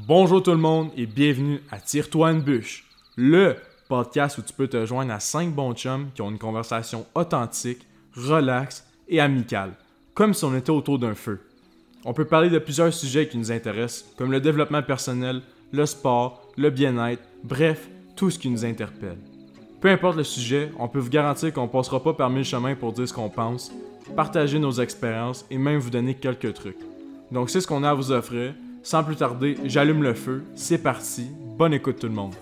Bonjour tout le monde et bienvenue à Tire-toi une bûche, le podcast où tu peux te joindre à 5 bons chums qui ont une conversation authentique, relaxe et amicale, comme si on était autour d'un feu. On peut parler de plusieurs sujets qui nous intéressent, comme le développement personnel, le sport, le bien-être, bref, tout ce qui nous interpelle. Peu importe le sujet, on peut vous garantir qu'on passera pas par mille chemins pour dire ce qu'on pense, partager nos expériences et même vous donner quelques trucs. Donc c'est ce qu'on a à vous offrir. Sans plus tarder, j'allume le feu, c'est parti, bonne écoute tout le monde.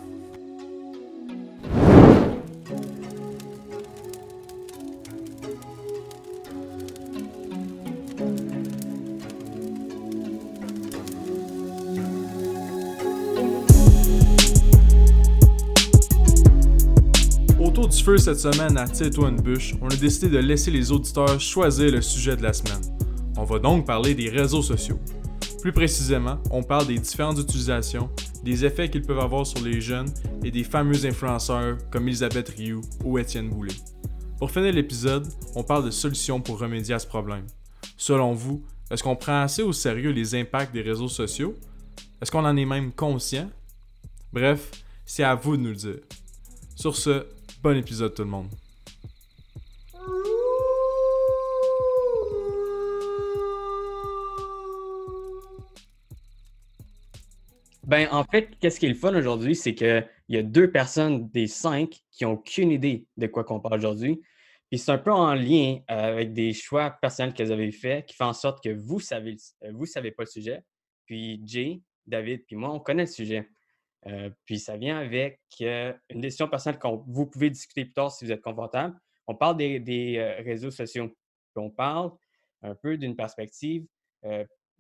Autour du feu cette semaine à Tire-toi une bûche, on a décidé de laisser les auditeurs choisir le sujet de la semaine. On va donc parler des réseaux sociaux. Plus précisément, on parle des différentes utilisations, des effets qu'ils peuvent avoir sur les jeunes et des fameux influenceurs comme Elisabeth Rioux ou Étienne Boulay. Pour finir l'épisode, on parle de solutions pour remédier à ce problème. Selon vous, est-ce qu'on prend assez au sérieux les impacts des réseaux sociaux? Est-ce qu'on en est même conscient? Bref, c'est à vous de nous le dire. Sur ce, bon épisode tout le monde. Ben, en fait, qu'est-ce qui est le fun aujourd'hui, c'est qu'il y a 2 personnes des 5 qui n'ont aucune idée de quoi qu'on parle aujourd'hui. Puis c'est un peu en lien avec des choix personnels que vous avez faits qui font en sorte que vous savez pas le sujet. Puis Jay, David, puis moi, on connaît le sujet. Puis ça vient avec une décision personnelle que vous pouvez discuter plus tard si vous êtes confortable. On parle des réseaux sociaux. Puis on parle un peu d'une perspective euh,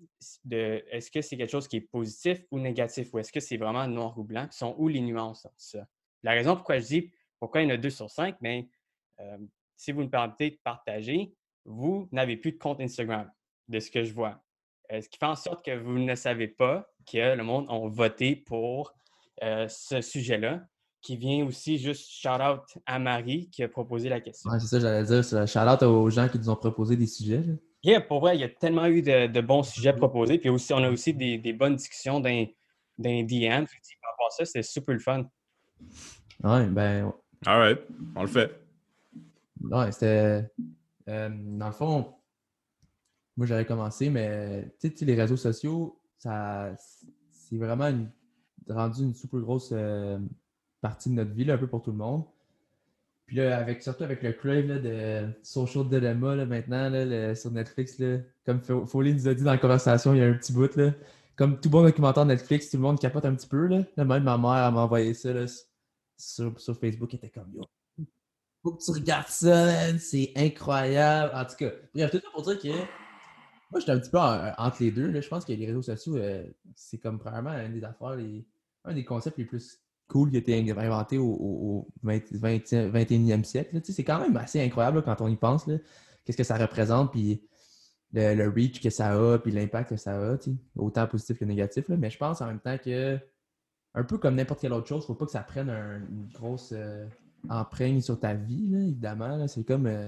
de est-ce que c'est quelque chose qui est positif ou négatif ou est-ce que c'est vraiment noir ou blanc? Puis sont où les nuances dans ça? La raison pourquoi je dis pourquoi il y en a 2 sur 5, mais euh, si vous me permettez de partager, vous n'avez plus de compte Instagram, de ce que je vois. Ce qui fait en sorte que vous ne savez pas que le monde a voté pour ce sujet-là, qui vient aussi juste shout-out à Marie qui a proposé la question. Ouais, c'est ça, j'allais dire. Shout-out aux gens qui nous ont proposé des sujets. Là. Yeah, pour vrai, il y a tellement eu de bons sujets proposés. Puis aussi, on a aussi des bonnes discussions dans DM. Fait que, par rapport à ça, c'était super le fun. Ouais, ben, Alright, on le fait. ouais, c'était. Dans le fond, moi j'avais commencé, mais tu sais, les réseaux sociaux, c'est vraiment rendu une super grosse partie de notre vie, là, un peu pour tout le monde. Puis là, surtout avec le crave là, de Social Dilemma là, maintenant sur Netflix, là, comme Foley nous a dit dans la conversation, il y a un petit bout, là, comme tout bon documentaire Netflix, tout le monde capote un petit peu. Là. Là, même ma mère elle m'a envoyé ça là, sur Facebook, elle était comme Yo, faut que tu regardes ça, man, c'est incroyable. En tout cas, bref, tout ça pour dire que moi, j'étais un petit peu entre les deux. Là. Je pense que les réseaux sociaux, c'est comme premièrement une des affaires, un des concepts les plus cool qui a été inventé au 21e siècle. Là. Tu sais, c'est quand même assez incroyable là, quand on y pense. Là. Qu'est-ce que ça représente, puis le reach que ça a, puis l'impact que ça a, tu sais, autant positif que négatif. Là. Mais je pense en même temps que, un peu comme n'importe quelle autre chose, il ne faut pas que ça prenne une grosse empreinte sur ta vie, là, évidemment. Là.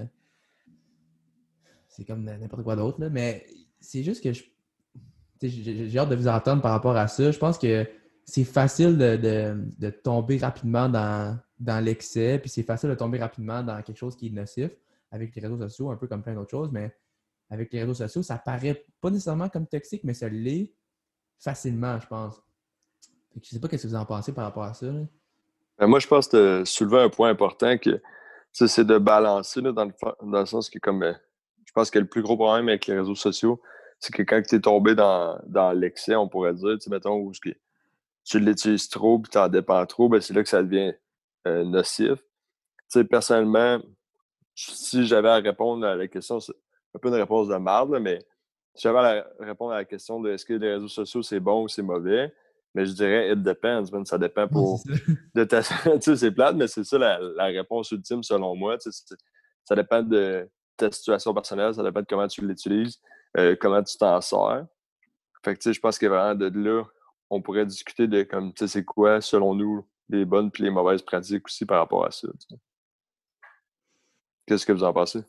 C'est comme n'importe quoi d'autre. Là. Mais c'est juste que j'ai hâte de vous entendre par rapport à ça. Je pense que c'est facile de tomber rapidement dans l'excès, puis c'est facile de tomber rapidement dans quelque chose qui est nocif avec les réseaux sociaux, un peu comme plein d'autres choses, mais avec les réseaux sociaux, ça paraît pas nécessairement comme toxique, mais ça l'est facilement, je pense. Fait que je sais pas ce que vous en pensez par rapport à ça. Là. Moi, je pense que tu as soulevé un point important que c'est de balancer là, dans le sens que comme je pense que le plus gros problème avec les réseaux sociaux, c'est que quand tu es tombé dans l'excès, on pourrait dire, mettons, où tu l'utilises trop puis tu en dépends trop, ben, c'est là que ça devient nocif. Personnellement, si j'avais à répondre à la question, c'est un peu une réponse de marde, là, mais si j'avais à répondre à la question de est-ce que les réseaux sociaux c'est bon ou c'est mauvais, mais je dirais it depends, man. Ça dépend Non, c'est ça. de ta. Tu sais, c'est plate, mais c'est ça la réponse ultime selon moi. Ça dépend de ta situation personnelle, ça dépend de comment tu l'utilises, comment tu t'en sers. Fait que je pense que vraiment de là, on pourrait discuter de comme c'est quoi, selon nous, les bonnes et les mauvaises pratiques aussi par rapport à ça. T'sais. Qu'est-ce que vous en pensez?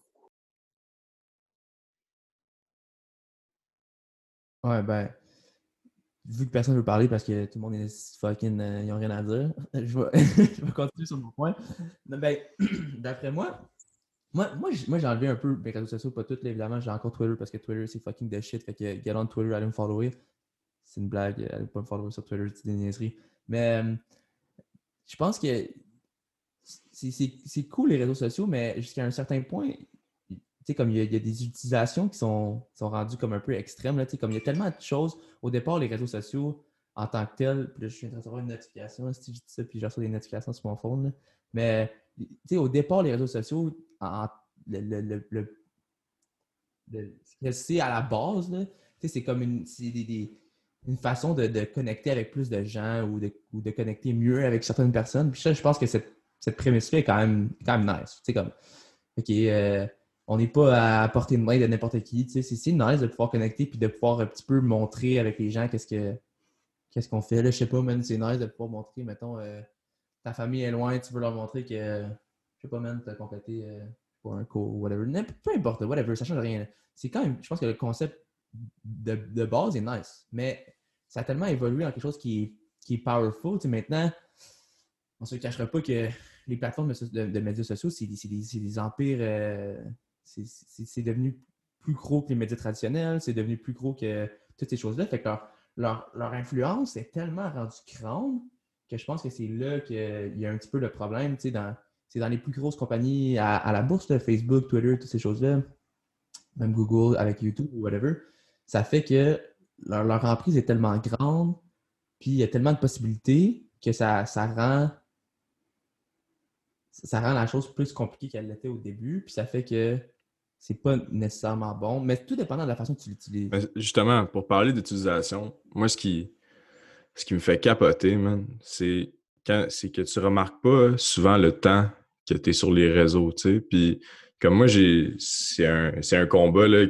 Ouais, ben, vu que personne ne veut parler parce que tout le monde est fucking. Ils n'ont rien à dire, je vais continuer sur mon point. Ben, d'après moi, j'ai enlevé un peu mes réseaux sociaux, pas toutes, là, évidemment. J'ai encore Twitter parce que Twitter, c'est fucking de shit. Fait que get on Twitter, allez me follower. C'est une blague, allez pas me follower sur Twitter, c'est des niaiseries. Mais je pense que c'est cool les réseaux sociaux, mais jusqu'à un certain point, tu sais, comme il y a des utilisations qui sont rendues comme un peu extrêmes, là, tu sais, comme il y a tellement de choses. Au départ, les réseaux sociaux, en tant que tels, puis là, je viens de recevoir une notification, là, si je dis ça, puis je reçois des notifications sur mon phone, là. Mais, tu sais, au départ, les réseaux sociaux, ce que c'est à la base, là, tu sais, c'est comme une façon de connecter avec plus de gens ou de connecter mieux avec certaines personnes. Puis ça, je pense que cette prémisse-là est quand même nice. Tu sais, comme, OK, on n'est pas à portée de main de n'importe qui. Tu sais, c'est nice de pouvoir connecter puis de pouvoir un petit peu montrer avec les gens qu'est-ce qu'on fait. Là, je sais pas, man, c'est nice de pouvoir montrer, mettons, ta famille est loin, tu veux leur montrer que, je sais pas, man, tu as complété pour un cours ou whatever. Peu importe, whatever, ça change rien. C'est quand même, je pense que le concept de base est nice, mais ça a tellement évolué en quelque chose qui est powerful. Tu sais, maintenant, on ne se cachera pas que les plateformes de médias sociaux, c'est des empires. C'est devenu plus gros que les médias traditionnels, c'est devenu plus gros que toutes ces choses-là. Fait que leur influence est tellement rendue grande que je pense que c'est là qu'il y a un petit peu le problème. Tu sais, c'est dans les plus grosses compagnies à la bourse, là, Facebook, Twitter, toutes ces choses-là, même Google avec YouTube ou whatever. Ça fait que leur emprise est tellement grande, puis il y a tellement de possibilités que ça rend la chose plus compliquée qu'elle l'était au début, puis ça fait que c'est pas nécessairement bon, mais tout dépendant de la façon que tu l'utilises. Justement, pour parler d'utilisation, moi, ce qui me fait capoter, man, c'est que tu remarques pas souvent le temps que tu es sur les réseaux, tu sais. Puis, comme moi, c'est un combat, là,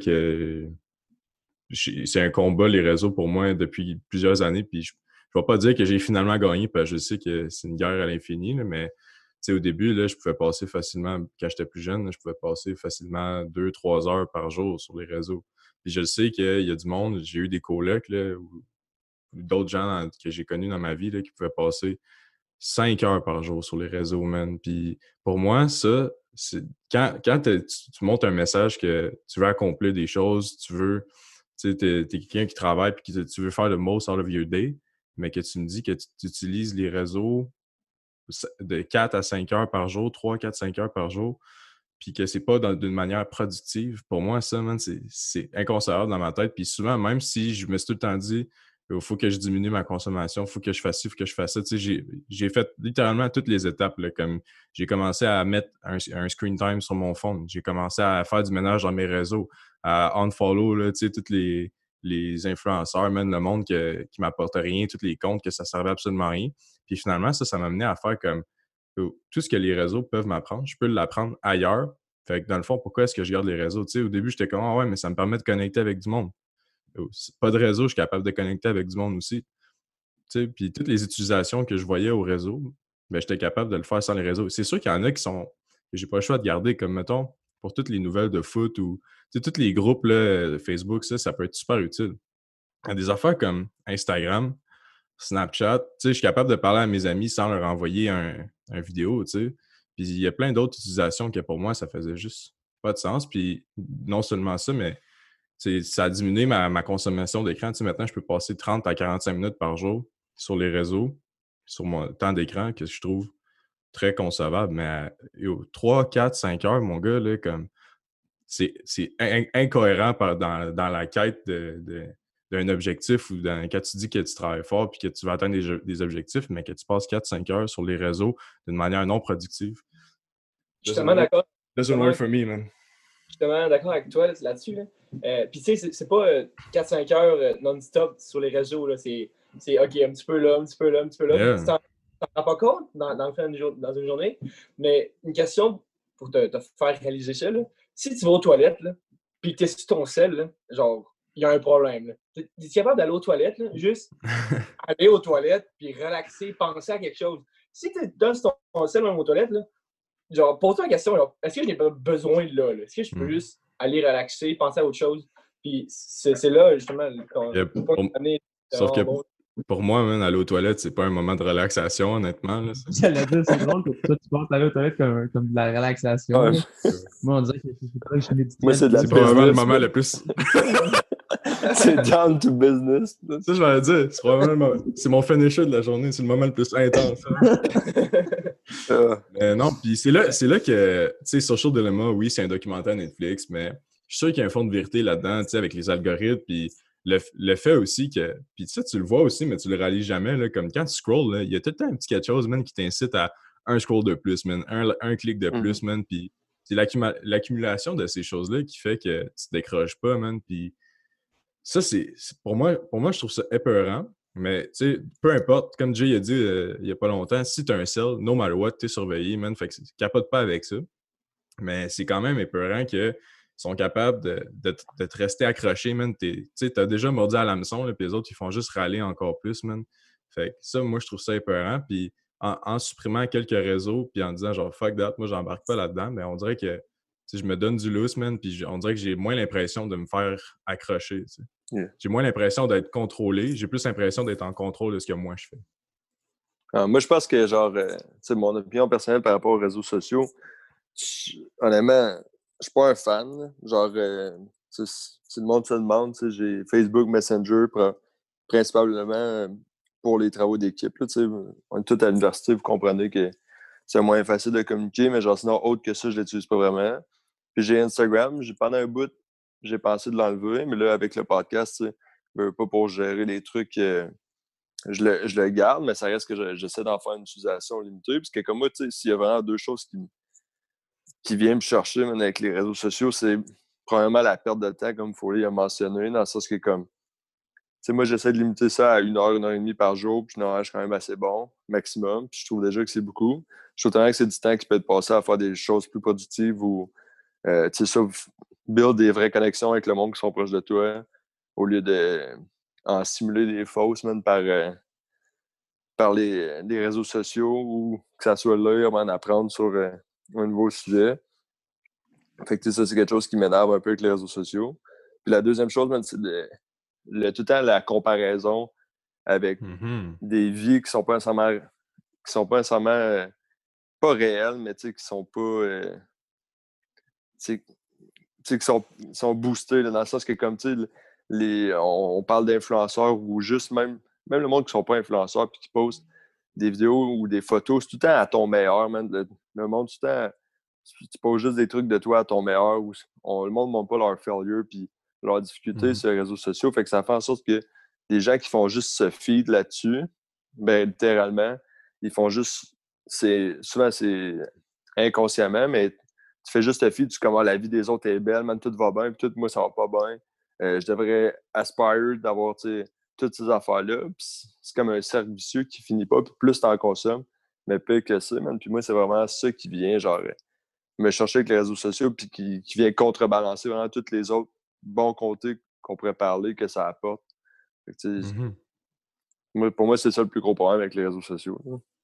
c'est un combat, les réseaux, pour moi, depuis plusieurs années. Puis, je ne vais pas dire que j'ai finalement gagné, parce que je sais que c'est une guerre à l'infini, là, mais au début, là, je pouvais passer facilement, quand j'étais plus jeune, là, je pouvais passer facilement 2-3 heures par jour sur les réseaux. Puis je sais qu'il y a du monde, j'ai eu des colocs là, ou d'autres gens que j'ai connus dans ma vie là, qui pouvaient passer 5 heures par jour sur les réseaux, man. Puis pour moi, ça, c'est quand tu montes un message que tu veux accomplir des choses, tu veux, tu sais, t'es quelqu'un qui travaille puis que tu veux faire le most out of your day, mais que tu me dis que tu utilises les réseaux de 4 à 5 heures par jour, 3, 4, 5 heures par jour, puis que c'est pas d'une manière productive, pour moi, ça, man, c'est inconcevable dans ma tête. Puis souvent, même si je me suis tout le temps dit, il faut que je diminue ma consommation, il faut que je fasse ci, il faut que je fasse ça, tu sais, j'ai fait littéralement toutes les étapes, là, comme j'ai commencé à mettre un screen time sur mon phone, j'ai commencé à faire du ménage dans mes réseaux, à unfollow, là, tu sais, tous les influenceurs, même le monde qui m'apporte rien, tous les comptes que ça servait absolument à rien. Puis finalement, ça m'a amené à faire comme tout ce que les réseaux peuvent m'apprendre, je peux l'apprendre ailleurs. Fait que dans le fond, pourquoi est-ce que je garde les réseaux? Tu sais, au début, j'étais comme, ah ouais, mais ça me permet de connecter avec du monde. Pas de réseau, je suis capable de connecter avec du monde aussi. Tu sais, puis toutes les utilisations que je voyais au réseau, ben, j'étais capable de le faire sans les réseaux. C'est sûr qu'il y en a que j'ai pas le choix de garder, comme mettons, pour toutes les nouvelles de foot ou tous les groupes là, de Facebook, ça peut être super utile. Il y a des affaires comme Instagram, Snapchat, tu sais, je suis capable de parler à mes amis sans leur envoyer un vidéo, tu sais. Puis il y a plein d'autres utilisations que pour moi, ça faisait juste pas de sens. Puis non seulement ça, mais ça a diminué ma consommation d'écran. Tu sais, maintenant, je peux passer 30 à 45 minutes par jour sur les réseaux, sur mon temps d'écran, que je trouve très concevable. Mais 3, 4, 5 heures, mon gars, là, comme c'est incohérent dans la quête d'un objectif ou quand tu dis que tu travailles fort puis que tu vas atteindre des objectifs, mais que tu passes 4-5 heures sur les réseaux d'une manière non productive. Justement d'accord. Doesn't work for me, man. Justement d'accord avec toi là-dessus. Là. Puis tu sais, c'est pas 4-5 heures non-stop sur les réseaux. Là. C'est OK, un petit peu là, un petit peu là, un petit peu là. Yeah. Tu t'en rends pas compte dans une journée. Mais une question pour te faire réaliser ça. Là. Si tu vas aux toilettes, là, puis que tu es sur ton sel, là, genre, il y a un problème. Tu es capable d'aller aux toilettes, là, juste aller aux toilettes, puis relaxer, penser à quelque chose. Si tu donnes ton sel même aux toilettes, là, genre, pose-toi la question, genre, est-ce que je n'ai pas besoin de là? Est-ce que je peux juste aller relaxer, penser à autre chose? Puis c'est là, justement, qu'on peut amener Sauf que vraiment bon. pour moi, man, aller aux toilettes, c'est pas un moment de relaxation, honnêtement. Là. J'allais dire, c'est drôle que toi, tu penses aller aux toilettes comme de la relaxation. Ouais. là. Moi, on dirait que c'est pas que je médite. Moi, c'est de la C'est probablement le business, moment là. le plus... C'est down to business. là. Ça, je vais le dire. C'est probablement c'est mon finisher de la journée. C'est le moment le plus intense. Hein. Non, puis c'est là que, tu sais, Social Dilemma, oui, c'est un documentaire Netflix, mais je suis sûr qu'il y a un fond de vérité là-dedans, tu sais, avec les algorithmes, puis le fait aussi que, puis ça, tu le vois aussi, mais tu le réalises jamais, là, comme quand tu scrolls, là, il y a tout le temps un petit quelque chose, man, qui t'incite à un scroll de plus, man, un clic de plus, man, puis c'est l'accumulation de ces choses-là qui fait que tu te décroches pas, man, puis ça, pour moi, je trouve ça épeurant. Mais, tu sais, peu importe, comme Jay a dit il y a pas longtemps, si tu as un cell, no matter what, t'es surveillé, man. Fait que capote pas avec ça. Mais c'est quand même épeurant qu'ils sont capables de te rester accroché, man. Tu sais, t'as déjà mordu à l'hameçon, là, puis les autres, ils font juste râler encore plus, man. Fait que ça, moi, je trouve ça épeurant. Puis en supprimant quelques réseaux, puis en disant genre, fuck that, moi, j'embarque pas là-dedans, mais on dirait que, tu sais, je me donne du loose, man, puis on dirait que j'ai moins l'impression de me faire accrocher, tu sais. Yeah. J'ai moins l'impression d'être contrôlé, j'ai plus l'impression d'être en contrôle de ce que moi je fais. Moi, je pense que, genre, tu sais, mon opinion personnelle par rapport aux réseaux sociaux, honnêtement, je suis pas un fan. Là. Genre, si le monde se demande, tu sais, j'ai Facebook Messenger principalement pour les travaux d'équipe. Là, tu sais. On est tous à l'université, vous comprenez que c'est moins facile de communiquer, mais genre, sinon, autre que ça, je l'utilise pas vraiment. Puis j'ai Instagram, pendant un bout, j'ai pensé de l'enlever, mais là, avec le podcast, tu sais, pas pour gérer les trucs, je le garde, mais ça reste que j'essaie d'en faire une utilisation limitée. Parce que comme moi, tu sais, s'il y a vraiment deux choses qui viennent me chercher même avec les réseaux sociaux, c'est premièrement la perte de temps, comme Foley a mentionné, dans le sens que comme, tu sais, moi, j'essaie de limiter ça à 1 heure et demie par jour, puis je suis quand même assez bon, maximum, puis je trouve déjà que c'est beaucoup. Je trouve tellement que c'est du temps qui peut être passé à faire des choses plus productives ou, tu sais, ça, build des vraies connexions avec le monde qui sont proches de toi, au lieu de en simuler des fausses, même par les réseaux sociaux ou que ça soit là, en apprendre sur un nouveau sujet. Fait que ça, c'est quelque chose qui m'énerve un peu avec les réseaux sociaux. Puis la deuxième chose, man, c'est tout le temps la comparaison avec des vies qui sont pas nécessairement pas réelles, mais qui sont pas qui sont boostés là, dans le sens que comme tu sais, on parle d'influenceurs ou juste même le monde qui sont pas influenceurs puis qui postent des vidéos ou des photos, c'est tout le temps à ton meilleur, man. Le monde, tout le temps, tu poses juste des trucs de toi à ton meilleur. Le monde ne montre pas leur failure puis leurs difficultés sur les réseaux sociaux. Fait que ça fait en sorte que les gens qui font juste se feed là-dessus, ben littéralement, ils font juste. Souvent, c'est inconsciemment, mais tu fais juste te feed, tu commences la vie des autres est belle, man, tout va bien, puis tout, moi, ça va pas bien. Je devrais aspire d'avoir, tu sais, toutes ces affaires-là. Puis c'est comme un cercle vicieux qui finit pas. Puis plus t'en consommes, mais pire que ça, man. Puis moi, c'est vraiment ça qui vient, genre, me chercher avec les réseaux sociaux, puis qui vient contrebalancer vraiment tous les autres bons côtés qu'on pourrait parler que ça apporte. Fait que, pour moi, c'est ça le plus gros problème avec les réseaux sociaux.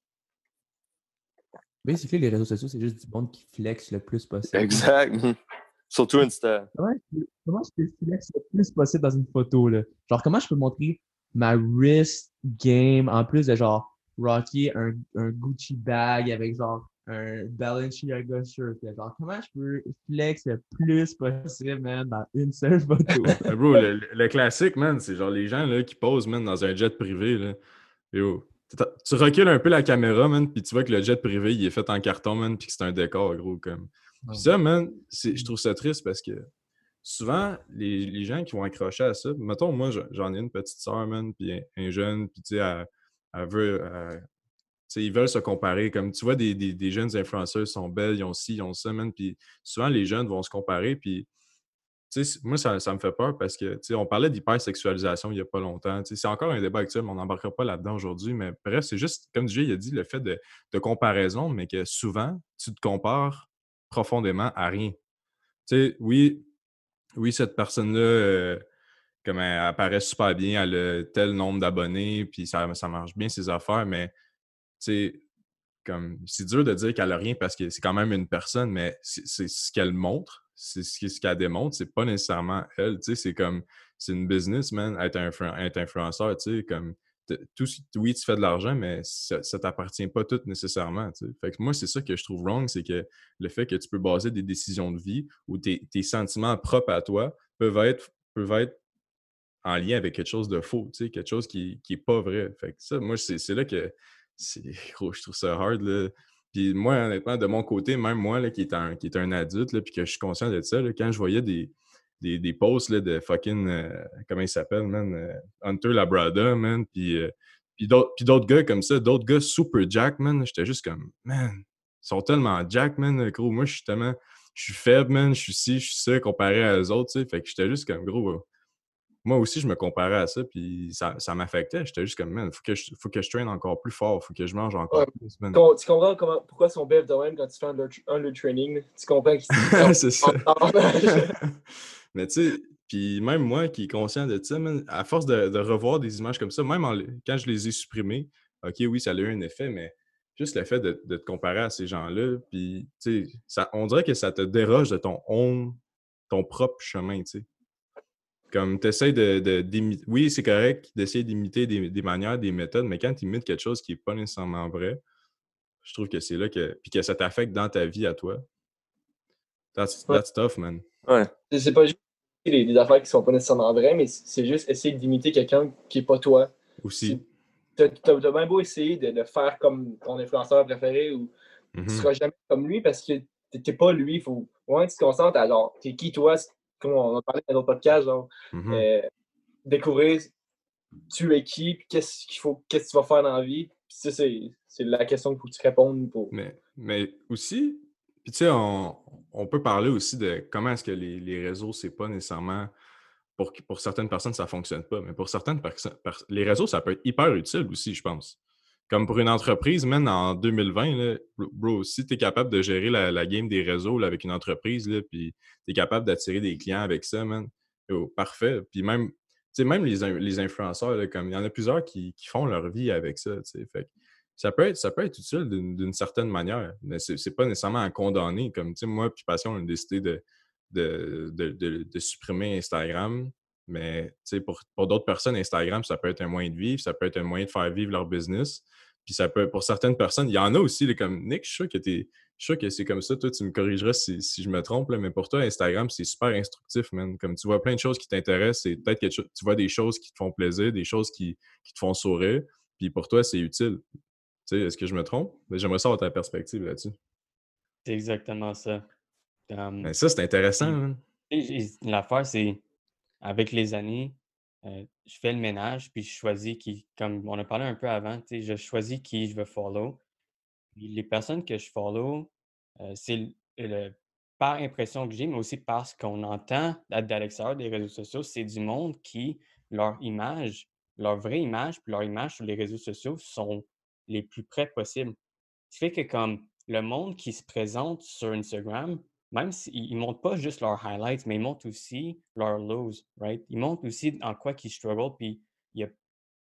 Basically, les réseaux sociaux, c'est juste du monde qui flex le plus possible. Exact. Surtout Insta. Comment je peux flex le plus possible dans une photo, là? Genre, comment je peux montrer ma wrist game en plus de genre rocker un Gucci bag avec genre un Balenciaga shirt, là? Genre, comment je peux flex le plus possible, man, dans une seule photo? Bro, le classique, man, c'est genre les gens là, qui posent, man, dans un jet privé, là. Yo, tu recules un peu la caméra, man, puis tu vois que le jet privé, il est fait en carton, man, puis que c'est un décor, gros, comme. Puis ça, man, je trouve ça triste parce que souvent, les gens qui vont accrocher à ça, mettons, moi, j'en ai une petite sœur, man, puis un jeune, puis tu sais, elle veut, tu sais, ils veulent se comparer. Comme tu vois, des jeunes influenceurs sont belles, ils ont ci, ils ont ça, man, puis souvent, les jeunes vont se comparer, puis tu sais, moi, ça me fait peur parce que, tu sais, on parlait d'hypersexualisation il n'y a pas longtemps. Tu sais, c'est encore un débat actuel, mais on n'embarquera pas là-dedans aujourd'hui. Mais bref, c'est juste, comme Jay a dit, le fait de comparaison, mais que souvent, tu te compares profondément à rien. Tu sais, oui, cette personne-là, comme elle apparaît super bien, elle a tel nombre d'abonnés, puis ça marche bien ses affaires, mais tu sais, comme c'est dur de dire qu'elle a rien parce que c'est quand même une personne, mais c'est ce qu'elle montre, c'est ce qu'elle démontre, c'est pas nécessairement elle, tu sais, c'est une business, man, être influenceur, tu sais, comme, oui, tu fais de l'argent, mais ça t'appartient pas tout nécessairement, tu sais. Fait que moi, c'est ça que je trouve wrong, c'est que le fait que tu peux baser des décisions de vie ou tes sentiments propres à toi peuvent être en lien avec quelque chose de faux, tu sais, quelque chose qui est pas vrai. Fait que ça, moi, c'est là que gros, je trouve ça hard, là. Puis moi, honnêtement, de mon côté, même moi, là, qui est un adulte, là, puis que je suis conscient de ça, là, quand je voyais des posts là, de fucking, comment il s'appelle, man? Hunter Labrada, man, puis d'autres gars comme ça, d'autres gars super jack, man, j'étais juste comme, man, ils sont tellement jack, man, gros, moi, je suis faible, man, je suis ci, je suis ça, comparé à eux autres, tu sais, fait que j'étais juste comme, gros, moi aussi, je me comparais à ça, puis ça m'affectait. J'étais juste comme, man, faut que je traîne encore plus fort, faut que je mange encore Ouais. plus, man. Tu comprends pourquoi son bef de même quand tu fais un training? Tu comprends qu'il C'est ça. Mais tu sais, puis même moi qui est conscient de ça, man, à force de revoir des images comme ça, même quand je les ai supprimées, OK, oui, ça a eu un effet, mais juste le fait de te comparer à ces gens-là, puis tu sais, on dirait que ça te déroge de ton propre chemin, tu sais. Comme tu essaies d'imiter. Oui, c'est correct d'essayer d'imiter des manières, des méthodes, mais quand tu imites quelque chose qui n'est pas nécessairement vrai, je trouve que c'est là que. Puis que ça t'affecte dans ta vie à toi. Ouais. That's tough, man. Ouais. C'est pas juste des affaires qui sont pas nécessairement vraies, mais c'est juste essayer d'imiter quelqu'un qui est pas toi. Aussi. T'as bien beau essayer de faire comme ton influenceur préféré ou tu seras jamais comme lui parce que t'es pas lui. Faut vraiment que tu te concentres à genre, t'es qui toi? Comme on a parlé dans notre podcast, genre, découvrir tu es qui, puis qu'est-ce que tu vas faire dans la vie. Puis ça, c'est la question qu'il faut que tu répondes pour. Mais aussi, puis tu sais, on peut parler aussi de comment est-ce que les réseaux, c'est pas nécessairement. Pour certaines personnes, ça fonctionne pas, mais pour certaines personnes, les réseaux, ça peut être hyper utile aussi, je pense. Comme pour une entreprise, même en 2020, là, bro, si tu es capable de gérer la game des réseaux là, avec une entreprise, là, puis tu es capable d'attirer des clients avec ça, man, parfait. Puis même, tu sais, même les influenceurs, là, comme il y en a plusieurs qui font leur vie avec ça, tu sais. Fait que ça peut être utile d'une certaine manière, mais c'est pas nécessairement à condamner. Comme, tu sais, moi puis Passion, on a décidé de supprimer Instagram. Mais pour d'autres personnes, Instagram, ça peut être un moyen de vivre, ça peut être un moyen de faire vivre leur business. Puis ça peut, pour certaines personnes, il y en a aussi, là, comme Nick, je suis sûr que c'est comme ça. Toi, tu me corrigeras si je me trompe, là, mais pour toi, Instagram, c'est super instructif, man. Comme tu vois plein de choses qui t'intéressent, c'est peut-être que tu vois des choses qui te font plaisir, des choses qui te font sourire. Puis pour toi, c'est utile. Tu sais, est-ce que je me trompe? Mais j'aimerais savoir ta perspective là-dessus. C'est exactement ça. Mais ça, c'est intéressant, Puis, man. l'affaire, c'est avec les années, je fais le ménage, puis je choisis qui, comme on a parlé un peu avant, tu sais, je choisis qui je veux follow. Puis les personnes que je follow, c'est par impression que j'ai, mais aussi parce qu'on entend à l'extérieur des réseaux sociaux, c'est du monde qui, leur image, leur vraie image, puis leur image sur les réseaux sociaux sont les plus près possibles. Ce qui fait que comme le monde qui se présente sur Instagram, même s'ils ne montrent pas juste leurs highlights, mais ils montrent aussi leurs lows, right? Ils montrent aussi en quoi qu'ils struggle, puis il y a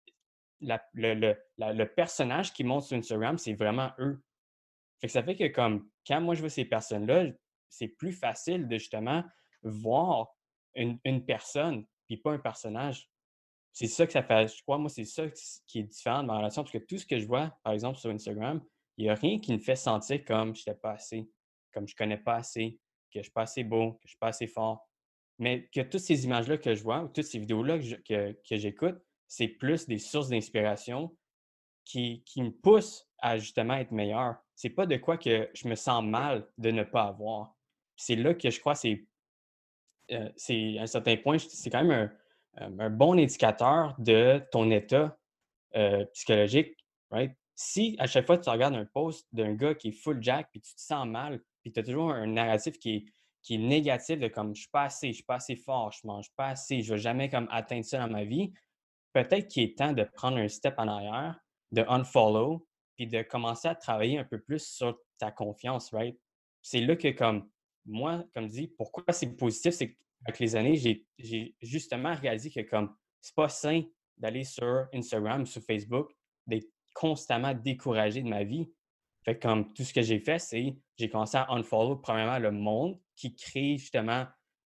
le personnage qui montre sur Instagram, c'est vraiment eux. Fait que ça fait que comme quand moi je vois ces personnes-là, c'est plus facile de justement voir une personne, puis pas un personnage. C'est ça que ça fait. Je crois, moi, c'est ça qui est différent de ma relation, parce que tout ce que je vois, par exemple, sur Instagram, il n'y a rien qui me fait sentir comme je n'étais pas assez, comme je ne connais pas assez, que je ne suis pas assez beau, que je ne suis pas assez fort. Mais que toutes ces images-là que je vois, ou toutes ces vidéos-là que j'écoute, c'est plus des sources d'inspiration qui me poussent à justement être meilleur. C'est pas de quoi que je me sens mal de ne pas avoir. C'est là que je crois c'est à un certain point, c'est quand même un bon indicateur de ton état psychologique, right? Si à chaque fois tu regardes un post d'un gars qui est full jack puis tu te sens mal, puis tu as toujours un narratif qui est négatif de comme je suis pas assez fort, je mange pas assez, je vais jamais comme atteindre ça dans ma vie, peut-être qu'il est temps de prendre un step en arrière, de unfollow, puis de commencer à travailler un peu plus sur ta confiance, right? C'est là que, comme moi, comme dit, pourquoi c'est positif, c'est qu'avec les années, j'ai justement réalisé que, comme, c'est pas sain d'aller sur Instagram, sur Facebook, d'être constamment découragé de ma vie. Fait que, comme, tout ce que j'ai fait, c'est j'ai commencé à unfollow, premièrement, le monde qui créent justement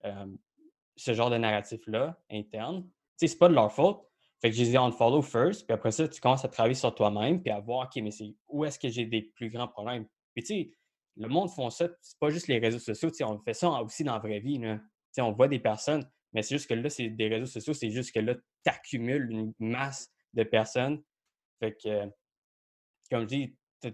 ce genre de narratif-là interne. Tu sais, c'est pas de leur faute. Fait que je les ai unfollow first, puis après ça, tu commences à travailler sur toi-même, puis à voir, OK, mais c'est où est-ce que j'ai des plus grands problèmes? Puis tu sais, le monde font ça, c'est pas juste les réseaux sociaux, tu sais, on fait ça aussi dans la vraie vie, là. Tu sais, on voit des personnes, mais c'est juste que là, c'est des réseaux sociaux, c'est juste que là, tu accumules une masse de personnes. Fait que, comme je dis,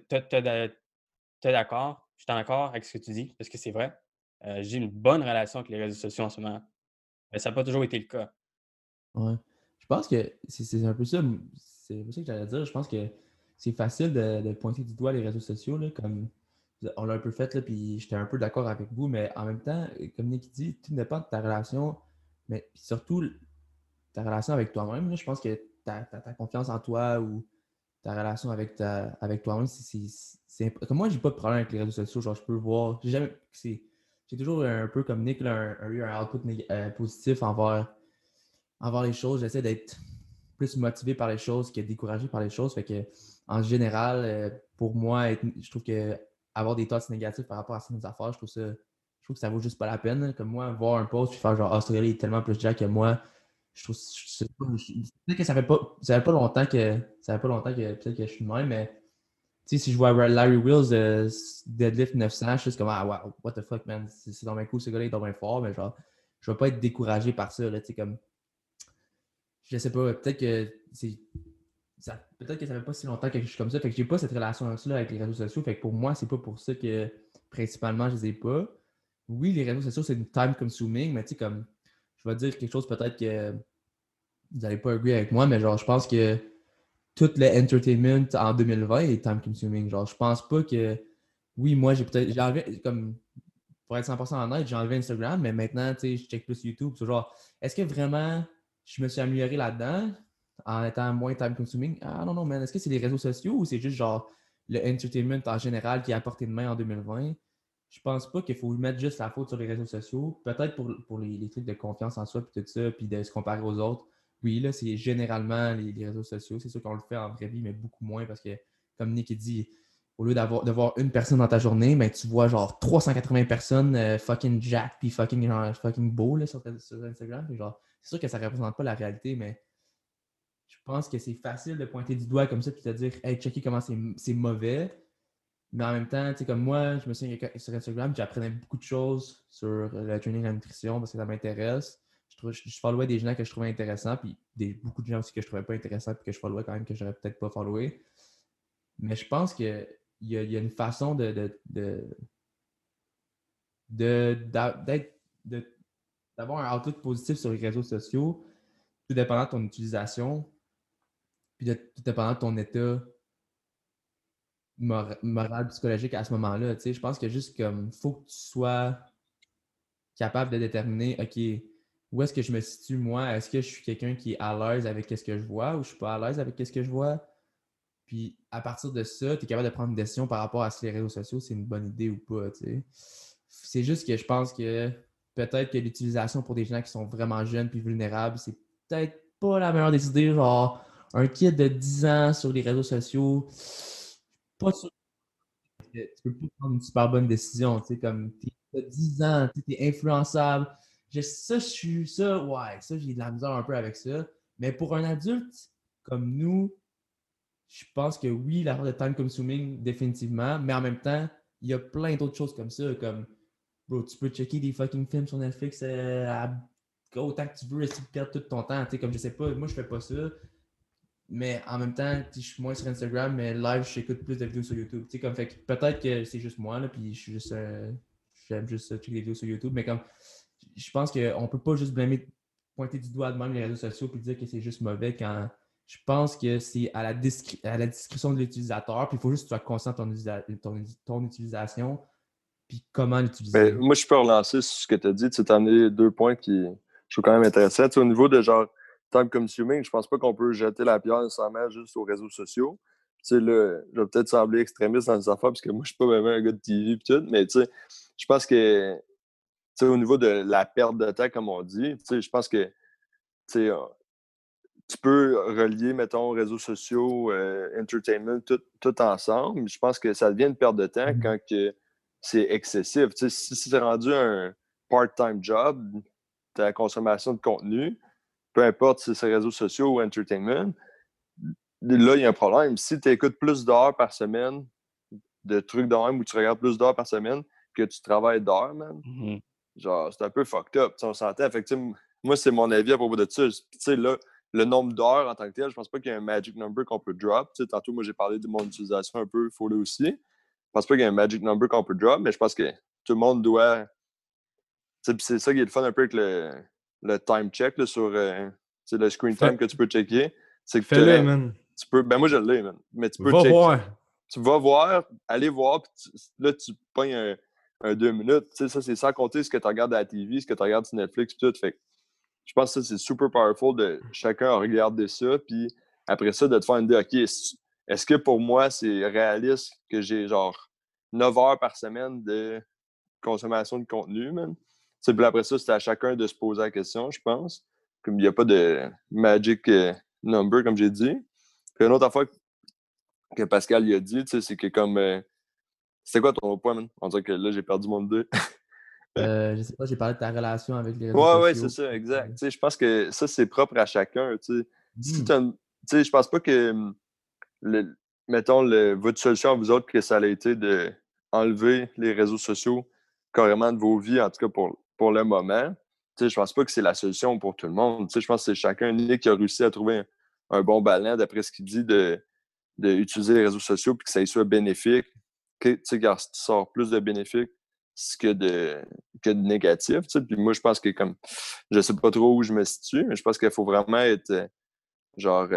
t'es d'accord, je suis d'accord avec ce que tu dis, parce que c'est vrai. J'ai une bonne relation avec les réseaux sociaux en ce moment, mais ça n'a pas toujours été le cas. Ouais. Je pense que c'est un peu ça, c'est un peu ça que j'allais dire. Je pense que c'est facile de pointer du doigt les réseaux sociaux, là, comme on l'a un peu fait, là, puis j'étais un peu d'accord avec vous, mais en même temps, comme Nick dit, tout dépend de ta relation, mais puis surtout ta relation avec toi-même. Là, je pense que ta confiance en toi ou ta relation avec toi-même, comme moi, j'ai pas de problème avec les réseaux sociaux. Genre, je peux voir. J'ai toujours un peu comme Nick, là, eu un output positif envers les choses. J'essaie d'être plus motivé par les choses que découragé par les choses. Fait que, en général, pour moi, je trouve que avoir des thoughts négatifs par rapport à certaines affaires, je trouve que ça vaut juste pas la peine. Comme moi, voir un post puis faire genre Australie est tellement plus jack que moi, je trouve peut-être que ça fait pas longtemps que peut-être que je suis de même, mais tu sais, si je vois Larry Wills deadlift 900, je suis juste comme ah wow, what the fuck man, c'est dans mes coups, ce gars-là est dans bien fort, mais genre je vais pas être découragé par ça là, tu sais comme je sais pas, peut-être que ça fait pas si longtemps que je suis comme ça, fait que j'ai pas cette relation-là avec les réseaux sociaux, fait que pour moi, c'est pas pour ça que principalement je les ai pas. Oui, les réseaux sociaux, c'est une time consuming, mais tu sais, comme je vais dire quelque chose peut-être que vous n'allez pas agree avec moi, mais genre, je pense que tout le entertainment en 2020 est time consuming. Genre, je pense pas que. Oui, moi, j'ai enlevé, comme, pour être 100% honnête, j'ai enlevé Instagram, mais maintenant, tu sais, je check plus YouTube. C'est genre, est-ce que vraiment je me suis amélioré là-dedans en étant moins time consuming? Ah non, non, man. Est-ce que c'est les réseaux sociaux ou c'est juste genre le entertainment en général qui est à portée de main en 2020? Je pense pas qu'il faut mettre juste la faute sur les réseaux sociaux. Peut-être pour les trucs de confiance en soi, puis tout ça, puis de se comparer aux autres. Oui, là, c'est généralement les réseaux sociaux. C'est sûr qu'on le fait en vraie vie, mais beaucoup moins parce que, comme Nick dit, au lieu de voir une personne dans ta journée, mais tu vois genre 380 personnes fucking jack puis fucking beau là, sur Instagram. Genre, c'est sûr que ça ne représente pas la réalité, mais je pense que c'est facile de pointer du doigt comme ça puis de dire hey, checker comment c'est mauvais. Mais en même temps, tu sais, comme moi, je me souviens que sur Instagram, j'apprenais beaucoup de choses sur le training et la nutrition parce que ça m'intéresse. Je followais des gens que je trouvais intéressants, puis beaucoup de gens aussi que je trouvais pas intéressants, puis que je followais quand même que j'aurais peut-être pas followé. Mais je pense qu'il y a une façon d'avoir un outlook positif sur les réseaux sociaux, tout dépendant de ton utilisation, puis tout dépendant de ton état moral, psychologique à ce moment-là. Tu sais, je pense que juste comme faut que tu sois capable de déterminer, OK, où est-ce que je me situe moi? Est-ce que je suis quelqu'un qui est à l'aise avec ce que je vois ou je suis pas à l'aise avec ce que je vois? Puis à partir de ça, tu es capable de prendre une décision par rapport à si les réseaux sociaux, c'est une bonne idée ou pas. Tu sais. C'est juste que je pense que peut-être que l'utilisation pour des gens qui sont vraiment jeunes puis vulnérables, c'est peut-être pas la meilleure des idées. Genre, un kid de 10 ans sur les réseaux sociaux, pas sûr que tu peux pas prendre une super bonne décision. Tu sais, comme tu as 10 ans, tu es influençable. Ça, j'ai de la misère un peu avec ça. Mais pour un adulte comme nous, je pense que oui, la part de time consuming, définitivement, mais en même temps, il y a plein d'autres choses comme ça, comme, bro, tu peux checker des fucking films sur Netflix autant que tu veux et tu perds tout ton temps, tu sais, comme je sais pas, moi je fais pas ça, mais en même temps, je suis moins sur Instagram, mais live, j'écoute plus de vidéos sur YouTube, tu sais, comme, fait que peut-être que c'est juste moi, là, puis j'aime juste checker des vidéos sur YouTube, mais comme, je pense qu'on peut pas juste pointer du doigt de même les réseaux sociaux puis dire que c'est juste mauvais quand je pense que c'est à la discrétion de l'utilisateur, puis il faut juste que tu sois conscient de ton utilisation, puis comment l'utiliser. Moi, je peux relancer sur ce que tu as dit. Tu as amené 2 points qui je trouve quand même intéressants. Tu sais, au niveau de genre time consuming, je pense pas qu'on peut jeter la pierre nécessairement juste aux réseaux sociaux. Tu sais, là, je vais peut-être sembler extrémiste dans les affaires parce que moi, je suis pas vraiment un gars de TV et tout, mais tu sais, je pense que tu sais, au niveau de la perte de temps, comme on dit, tu sais, je pense que tu sais, tu peux relier, mettons, réseaux sociaux, entertainment, tout ensemble. Je pense que ça devient une perte de temps quand que c'est excessif. Tu sais, si c'est rendu un part-time job, ta consommation de contenu, peu importe si c'est réseaux sociaux ou entertainment, là, il y a un problème. Si tu écoutes plus d'heures par semaine, de trucs de même où tu regardes plus d'heures par semaine que tu travailles d'heures, man, genre, c'est un peu fucked up. T'sais, on s'entend. Fait que, moi, c'est mon avis à propos de ça. Tu sais, là, le nombre d'heures en tant que tel, je pense pas qu'il y a un magic number qu'on peut drop. T'sais, tantôt, moi, j'ai parlé de mon utilisation un peu folle aussi. Je pense pas qu'il y a un magic number qu'on peut drop, mais je pense que tout le monde doit. C'est ça qui est le fun un peu avec le time check là, sur le screen time que tu peux checker. C'est que Fais-le, man. Tu peux, ben moi, je l'ai, man. Mais tu peux Va checker. voir. Tu vas voir, aller voir, puis là, tu pognes un 2 minutes. Tu sais, ça, c'est sans compter ce que tu regardes à la TV, ce que tu regardes sur Netflix, tout. Fait que je pense que ça, c'est super powerful de chacun regarder ça, puis après ça, de te faire une idée, OK, est-ce que pour moi, c'est réaliste que j'ai genre 9 heures par semaine de consommation de contenu, man? Puis après ça, c'est à chacun de se poser la question, je pense. Comme il n'y a pas de magic number, comme j'ai dit. Puis une autre affaire que Pascal il a dit, c'est que comme... c'était quoi ton point, man? On dirait que là, j'ai perdu mon idée. Je sais pas, j'ai parlé de ta relation avec les réseaux sociaux. Ouais, c'est ça, exact. Je pense que ça, c'est propre à chacun. Si je pense pas que, mettons, votre solution à vous autres, que ça a été d'enlever les réseaux sociaux carrément de vos vies, en tout cas pour le moment. Je pense pas que c'est la solution pour tout le monde. Je pense que c'est chacun qui a réussi à trouver un bon ballon, d'après ce qu'il dit, d'utiliser les réseaux sociaux puis que ça soit bénéfique. Tu sors plus de bénéfiques que de négatifs. Puis moi, je pense que comme je sais pas trop où je me situe, mais je pense qu'il faut vraiment être genre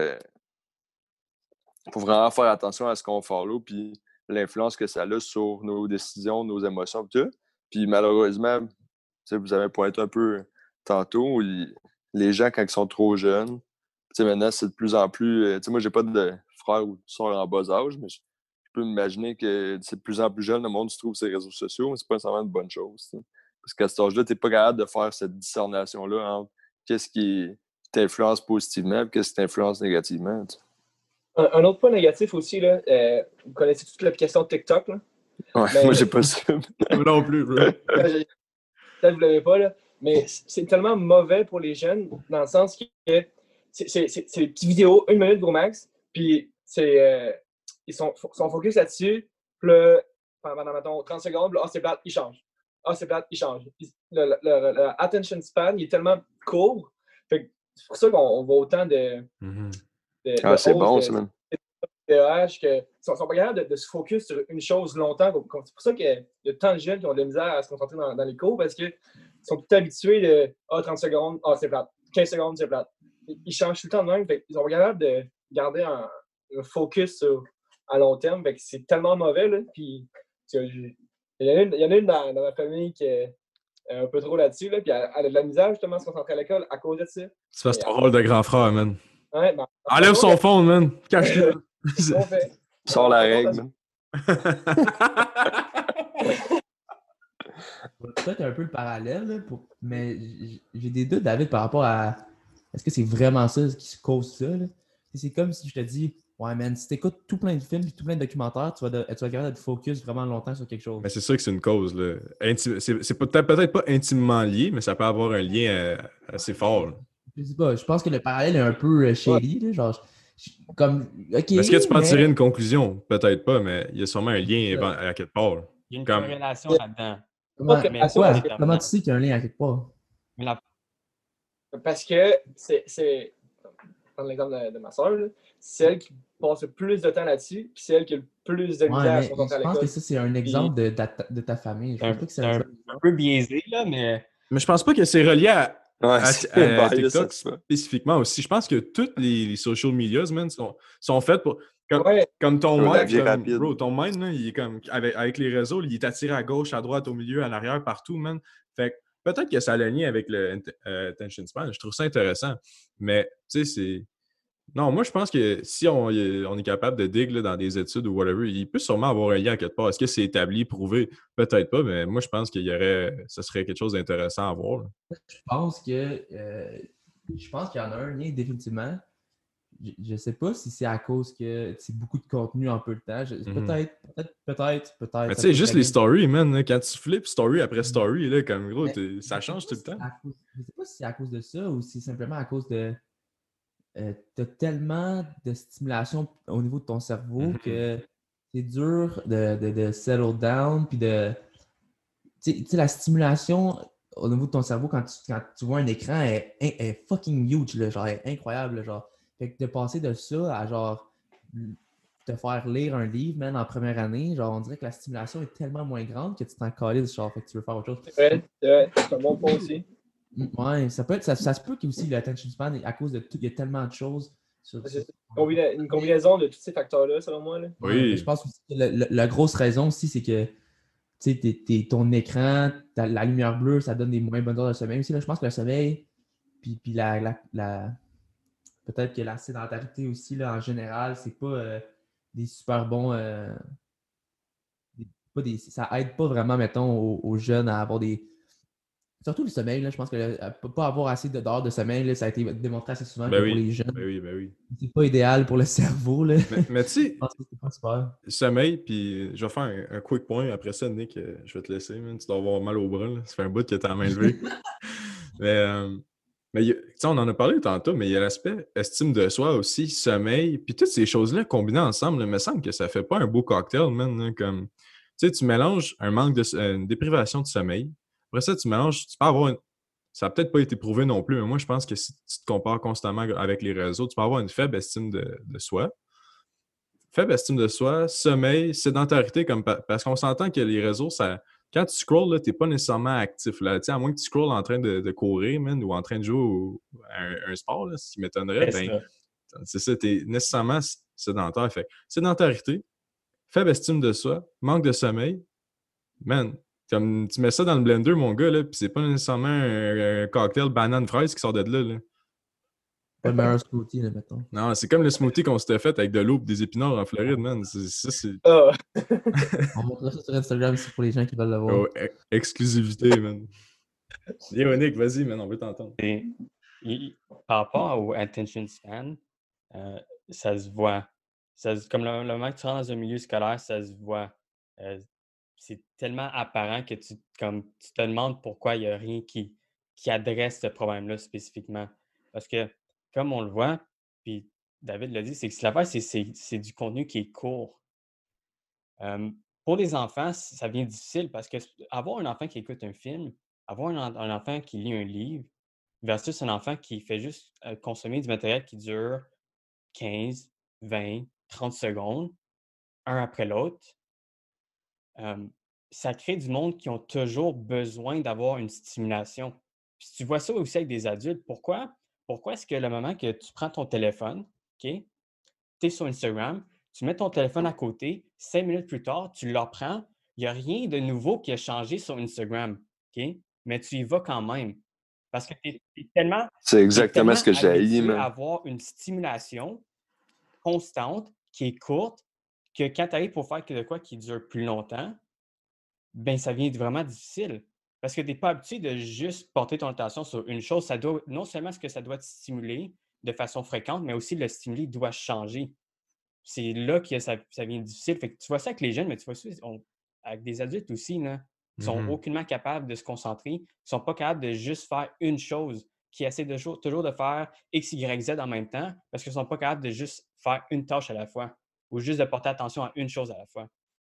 faut vraiment faire attention à ce qu'on follow puis l'influence que ça a sur nos décisions, nos émotions et tout. Puis malheureusement, vous avez pointé un peu tantôt, les gens, quand ils sont trop jeunes, maintenant, c'est de plus en plus... moi, j'ai pas de frères ou de soeurs en bas âge, mais je peux m'imaginer que c'est de plus en plus jeune, le monde se trouve sur les réseaux sociaux, mais c'est pas nécessairement une bonne chose. T'sais. Parce qu'à cet âge-là, t'es pas capable de faire cette discernation-là entre qu'est-ce qui t'influence positivement et qu'est-ce qui t'influence négativement. T'sais. Un autre point négatif aussi, là, vous connaissez toute l'application TikTok, là? Ouais, mais... moi, j'ai pas ça. Non plus, bro. Peut-être que vous l'avez pas, là. Mais c'est tellement mauvais pour les jeunes, dans le sens que c'est des petites vidéos, 1 minute gros max, puis ils sont focus là-dessus, puis là, pendant, mettons, 30 secondes, là, c'est plate, ils changent. C'est plate, ils changent. Le attention span, il est tellement court, fait que c'est pour ça qu'on voit autant de c'est bon, ça, même. TEH qu'ils sont pas capables de se focus sur une chose longtemps. C'est pour ça qu'il y a tant de jeunes qui ont de la misère à se concentrer dans les cours, parce qu'ils sont tout habitués de 30 secondes, c'est plate. 15 secondes, c'est plate. Ils changent tout le temps de même. Ils sont pas capables de garder un focus à long terme. C'est tellement mauvais. Là, puis, il y en a une dans ma famille qui est un peu trop là-dessus. Là, puis elle a de la misère justement à se concentrer à l'école à cause de ça. Tu fais ton rôle de grand frère, man. Ouais, enlève son fond, man. Cache-le. Sors la règle, man. Peut-être un peu le parallèle, là, mais j'ai des doutes, David, par rapport à est-ce que c'est vraiment ça qui se cause ça? Là? C'est comme si je te dis, ouais, man, si tu écoutes tout plein de films et tout plein de documentaires, tu vas être capable de focus vraiment longtemps sur quelque chose. Mais c'est sûr que c'est une cause. Là. C'est peut-être pas intimement lié, mais ça peut avoir un lien assez fort. Là. Je sais pas, je pense que le parallèle est un peu shady. Là, genre, comme, OK. Est-ce que tu peux en tirer une conclusion? Peut-être pas, mais il y a sûrement un lien à quelque part. Il y a une corrélation là-dedans. Comment tu sais qu'il y a un lien à quelque part? Parce que c'est prendre l'exemple de ma soeur, c'est elle qui passe le plus de temps là-dessus, puis c'est elle qui a le plus de misère à se concentrer à l'école. Je pense que ça, c'est un exemple de ta famille. Je pense pas que c'est un peu biaisé, là, mais... Mais je pense pas que c'est relié à TikTok ça. spécifiquement aussi. Je pense que tous les social medias, man, sont faits pour... Comme ton mind, bro, ton mind, là, il est comme... Avec les réseaux, il est attiré à gauche, à droite, au milieu, en arrière, partout, man. Fait que peut-être que ça a le lien avec le attention span. Je trouve ça intéressant. Mais, tu sais, c'est... Non, moi, je pense que si on est capable de dig là, dans des études ou whatever, il peut sûrement avoir un lien à quelque part. Est-ce que c'est établi, prouvé? Peut-être pas, mais moi, je pense qu'il y aurait... Ce serait quelque chose d'intéressant à voir. Là. Je pense qu'il y en a un lien, définitivement. je sais pas si c'est à cause que c'est beaucoup de contenu en peu de temps. Peut-être. Mais tu Ça sais, peut juste très les bien. stories, man, là, quand tu flippes story après Mm. story, là, comme gros, Mais ça je sais change pas tout le si temps. c'est je sais pas si c'est à cause de ça ou si c'est simplement à cause de. T'as tellement de stimulation au niveau de ton cerveau Mhm. que c'est dur de settle down. Puis de. Tu sais, la stimulation au niveau de ton cerveau quand tu vois un écran est fucking huge, là, genre, est incroyable. Là, genre. Fait que de passer de ça à genre te faire lire un livre, man, en première année, genre, on dirait que la stimulation est tellement moins grande que tu t'en calisses, genre, fait que tu veux faire autre chose. C'est vrai, c'est un bon point aussi. Ouais, ça peut être, ça se peut qu'il y ait aussi l'attention span à cause de tout, il y a tellement de choses sur. C'est une combinaison de tous ces facteurs-là, selon moi. Là. Ouais, mais Oui. je pense aussi que la grosse raison aussi, c'est que tu sais, ton écran, la lumière bleue, ça donne des moins bonnes heures de sommeil aussi. Là, je pense que le sommeil, puis peut-être que la sédentarité aussi, là, en général, c'est pas des super bons. Ça aide pas vraiment, mettons, aux jeunes à avoir des. Surtout le sommeil, là, je pense que pas avoir assez d'heures de sommeil, là, ça a été démontré assez souvent que Ben pour oui. les jeunes, Ben oui. c'est pas idéal pour le cerveau. Là. Mais tu Je sais, pense que c'est pas super. sommeil, puis je vais faire un quick point. Après ça, Nick, je vais te laisser, man. Tu dois avoir mal au bras, là. Ça fait un bout que t'as la main levée. mais tu sais, on en a parlé tantôt, mais il y a l'aspect estime de soi aussi, sommeil, puis toutes ces choses-là combinées ensemble, il me semble que ça fait pas un beau cocktail, man. Là, comme, tu sais, tu mélanges un manque une déprivation de sommeil. Après ça, tu mélanges, tu peux avoir ça n'a peut-être pas été prouvé non plus, mais moi, je pense que si tu te compares constamment avec les réseaux, tu peux avoir une faible estime de soi. Faible estime de soi, sommeil, sédentarité, parce qu'on s'entend que les réseaux, quand tu scrolls, tu n'es pas nécessairement actif. Là. À moins que tu scrolls en train de courir, man, ou en train de jouer à un sport, là, ce qui m'étonnerait, ben, c'est ça, tu es nécessairement sédentaire. Fait sédentarité, faible estime de soi, manque de sommeil, man, comme tu mets ça dans le blender, mon gars, là, puis c'est pas nécessairement un cocktail banane-fraise qui sort de là. Pas le meilleur smoothie, là, mettons. Non, c'est comme le smoothie qu'on s'était fait avec de l'eau et des épinards en Floride, man. C'est... Ah, On montrera ça sur Instagram aussi pour les gens qui veulent le voir. Oh, exclusivité, man. Nick, vas-y, man, on veut t'entendre. Par rapport au attention span, ça se voit. Comme le moment que tu rentres dans un milieu scolaire, ça se voit. C'est tellement apparent que tu te demandes pourquoi il n'y a rien qui adresse ce problème-là spécifiquement. Parce que, comme on le voit, puis David l'a dit, c'est que l'affaire, c'est du contenu qui est court. Pour les enfants, ça devient difficile parce que avoir un enfant qui écoute un film, avoir un enfant qui lit un livre, versus un enfant qui fait juste consommer du matériel qui dure 15, 20, 30 secondes, un après l'autre, ça crée du monde qui ont toujours besoin d'avoir une stimulation. Puis tu vois ça aussi avec des adultes. Pourquoi? Pourquoi est-ce que le moment que tu prends ton téléphone, OK, tu es sur Instagram, tu mets ton téléphone à côté, 5 minutes plus tard, tu le reprends, il n'y a rien de nouveau qui a changé sur Instagram, OK? Mais tu y vas quand même. Parce que tu es tellement, C'est exactement ce que j'ai habitué man. à avoir une stimulation constante qui est courte que quand tu arrives pour faire de quoi qui dure plus longtemps, ben ça devient vraiment difficile. Parce que tu n'es pas habitué de juste porter ton attention sur une chose. Ça doit, non seulement est-ce que ça doit te stimuler de façon fréquente, mais aussi le stimuli doit changer. C'est là que ça devient difficile. Fait que tu vois ça avec les jeunes, mais tu vois ça avec des adultes aussi, là, qui sont aucunement capables de se concentrer, qui ne sont pas capables de juste faire une chose, qui essaient toujours de faire X, Y, Z en même temps, parce qu'ils ne sont pas capables de juste faire une tâche à la fois ou juste de porter attention à une chose à la fois.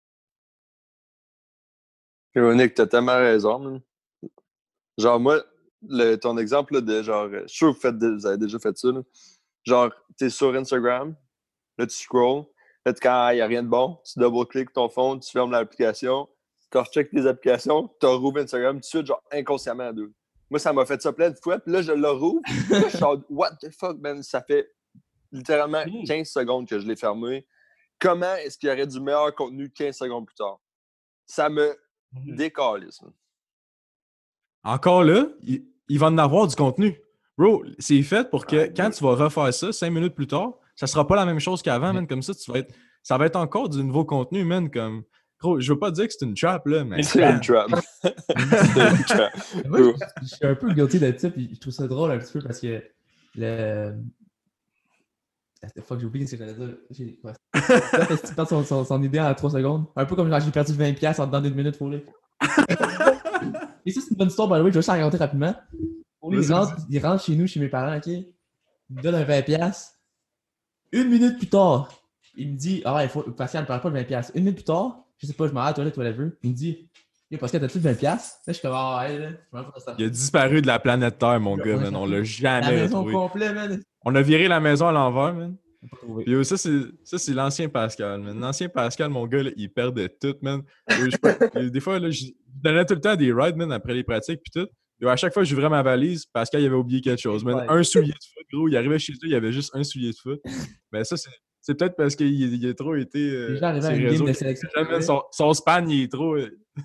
Nick, t'as tellement raison, man. Genre, moi, ton exemple là, de genre, je suis sûr que vous avez déjà fait ça. Là. Genre, t'es sur Instagram, là, tu scrolls, là, quand il n'y a rien de bon, tu double-cliques ton phone, tu fermes l'application, quand tu checkes tes applications, tu rouvres Instagram tout de suite, genre, inconsciemment à deux. Moi, ça m'a fait ça plein de fois, puis là, je le rouvre, là, je sors, what the fuck, man, ça fait littéralement 15 secondes que je l'ai fermé. Comment est-ce qu'il y aurait du meilleur contenu 15 secondes plus tard? Ça me décalisse, man. Encore là, il va en avoir du contenu. Bro, c'est fait pour que quand tu vas refaire ça 5 minutes plus tard, ça sera pas la même chose qu'avant, man. Comme ça, ça va être encore du nouveau contenu, man. Comme, gros, je veux pas dire que c'est une trap, là, mais. C'est une trap. C'est une trap. Moi, je suis un peu guilty de ça, puis je trouve ça drôle un petit peu parce que Fuck, j'ai oublié ce que j'allais dire. Là, tu perds son idée en 3 secondes. Un peu comme genre j'ai perdu 20$ en dedans d'une minute pour lui. Et ça, c'est une bonne histoire, by the way, je vais juste la raconter rapidement. Pour lui, il rentre chez nous, chez mes parents, ok? Il me donne un 20$. 1 minute plus tard, il me dit, ah, Pascal ne parle pas de 20$. 1 minute plus tard, je sais pas, je m'en vais à la toilette, whatever. Il me dit, yo, Pascal, t'as-tu de 20$? Là, je suis comme, ah, ouais, là, je m'en vais ça. Il a disparu de la planète Terre, mon gars, man. On l'a jamais La maison retrouvé. complète, man. On a viré la maison à l'envers, man. Oui. Puis ça, c'est l'ancien Pascal, man. L'ancien Pascal, mon gars, là, il perdait tout, man. Des fois, là, je donnais tout le temps des rides, man, après les pratiques, puis tout. Et à chaque fois que j'ouvrais ma valise, Pascal, il avait oublié quelque chose, man. Ouais. Un soulier de foot, gros. Il arrivait chez lui, il y avait juste un soulier de foot. Mais ça, c'est peut-être parce qu'il a trop été... Les gens arrivaient à une game de sélection. Son span, il est trop...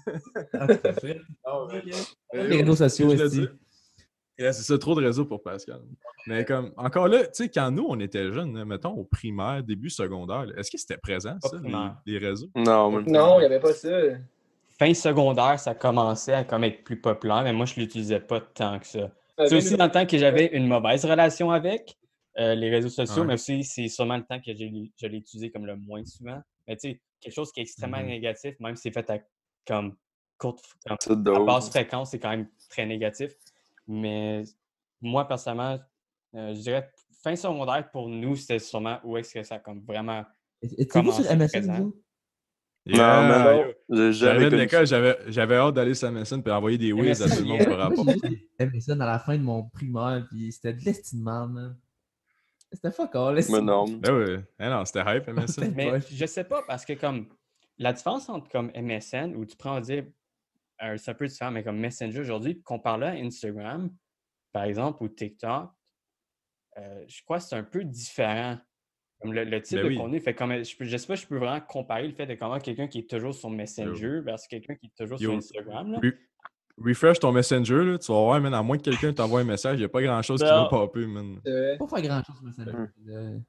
Les réseaux sociaux aussi. Yeah, c'est ça, trop de réseaux pour Pascal. Mais comme, encore là, tu sais, quand nous, on était jeunes, là, mettons, au primaire, début secondaire, là, est-ce que c'était présent, ça, les réseaux? Non, même Non, il n'y avait pas ça. Fin secondaire, ça commençait à comme être plus populaire, mais moi, je ne l'utilisais pas tant que ça. C'est aussi dans le temps que j'avais une mauvaise relation avec les réseaux sociaux, mais aussi c'est sûrement le temps que je l'ai utilisé comme le moins souvent. Mais tu sais, quelque chose qui est extrêmement négatif, même si c'est fait à comme courte, à basse fréquence, c'est quand même très négatif. Mais moi, personnellement, je dirais fin secondaire, pour nous, c'était sûrement où est-ce que ça a comme vraiment commencé sur MSN, présent. Yeah, non, j'ai j'arrivais de jamais l'école, j'avais hâte d'aller sur MSN et envoyer des whiz à tout le monde par rapport. Moi, j'ai MSN à la fin de mon primaire, puis c'était de l'estimement, man. C'était fuck all, l'estimement. Ben oui, non, c'était hype, MSN. Mais je sais pas, parce que comme la différence entre comme MSN, où tu prends, on va dire, c'est un peu différent, mais comme Messenger aujourd'hui, comparé à Instagram, par exemple, ou TikTok, je crois que c'est un peu différent. Comme le type de contenu, fait comme, je sais pas, je peux vraiment comparer le fait de comment quelqu'un qui est toujours sur Messenger versus quelqu'un qui est toujours sur Instagram. Là. Refresh ton Messenger, là, tu vas voir, man, à moins que quelqu'un t'envoie un message, il n'y a pas grand-chose qui va popper, man. Pas faire grand-chose sur Messenger.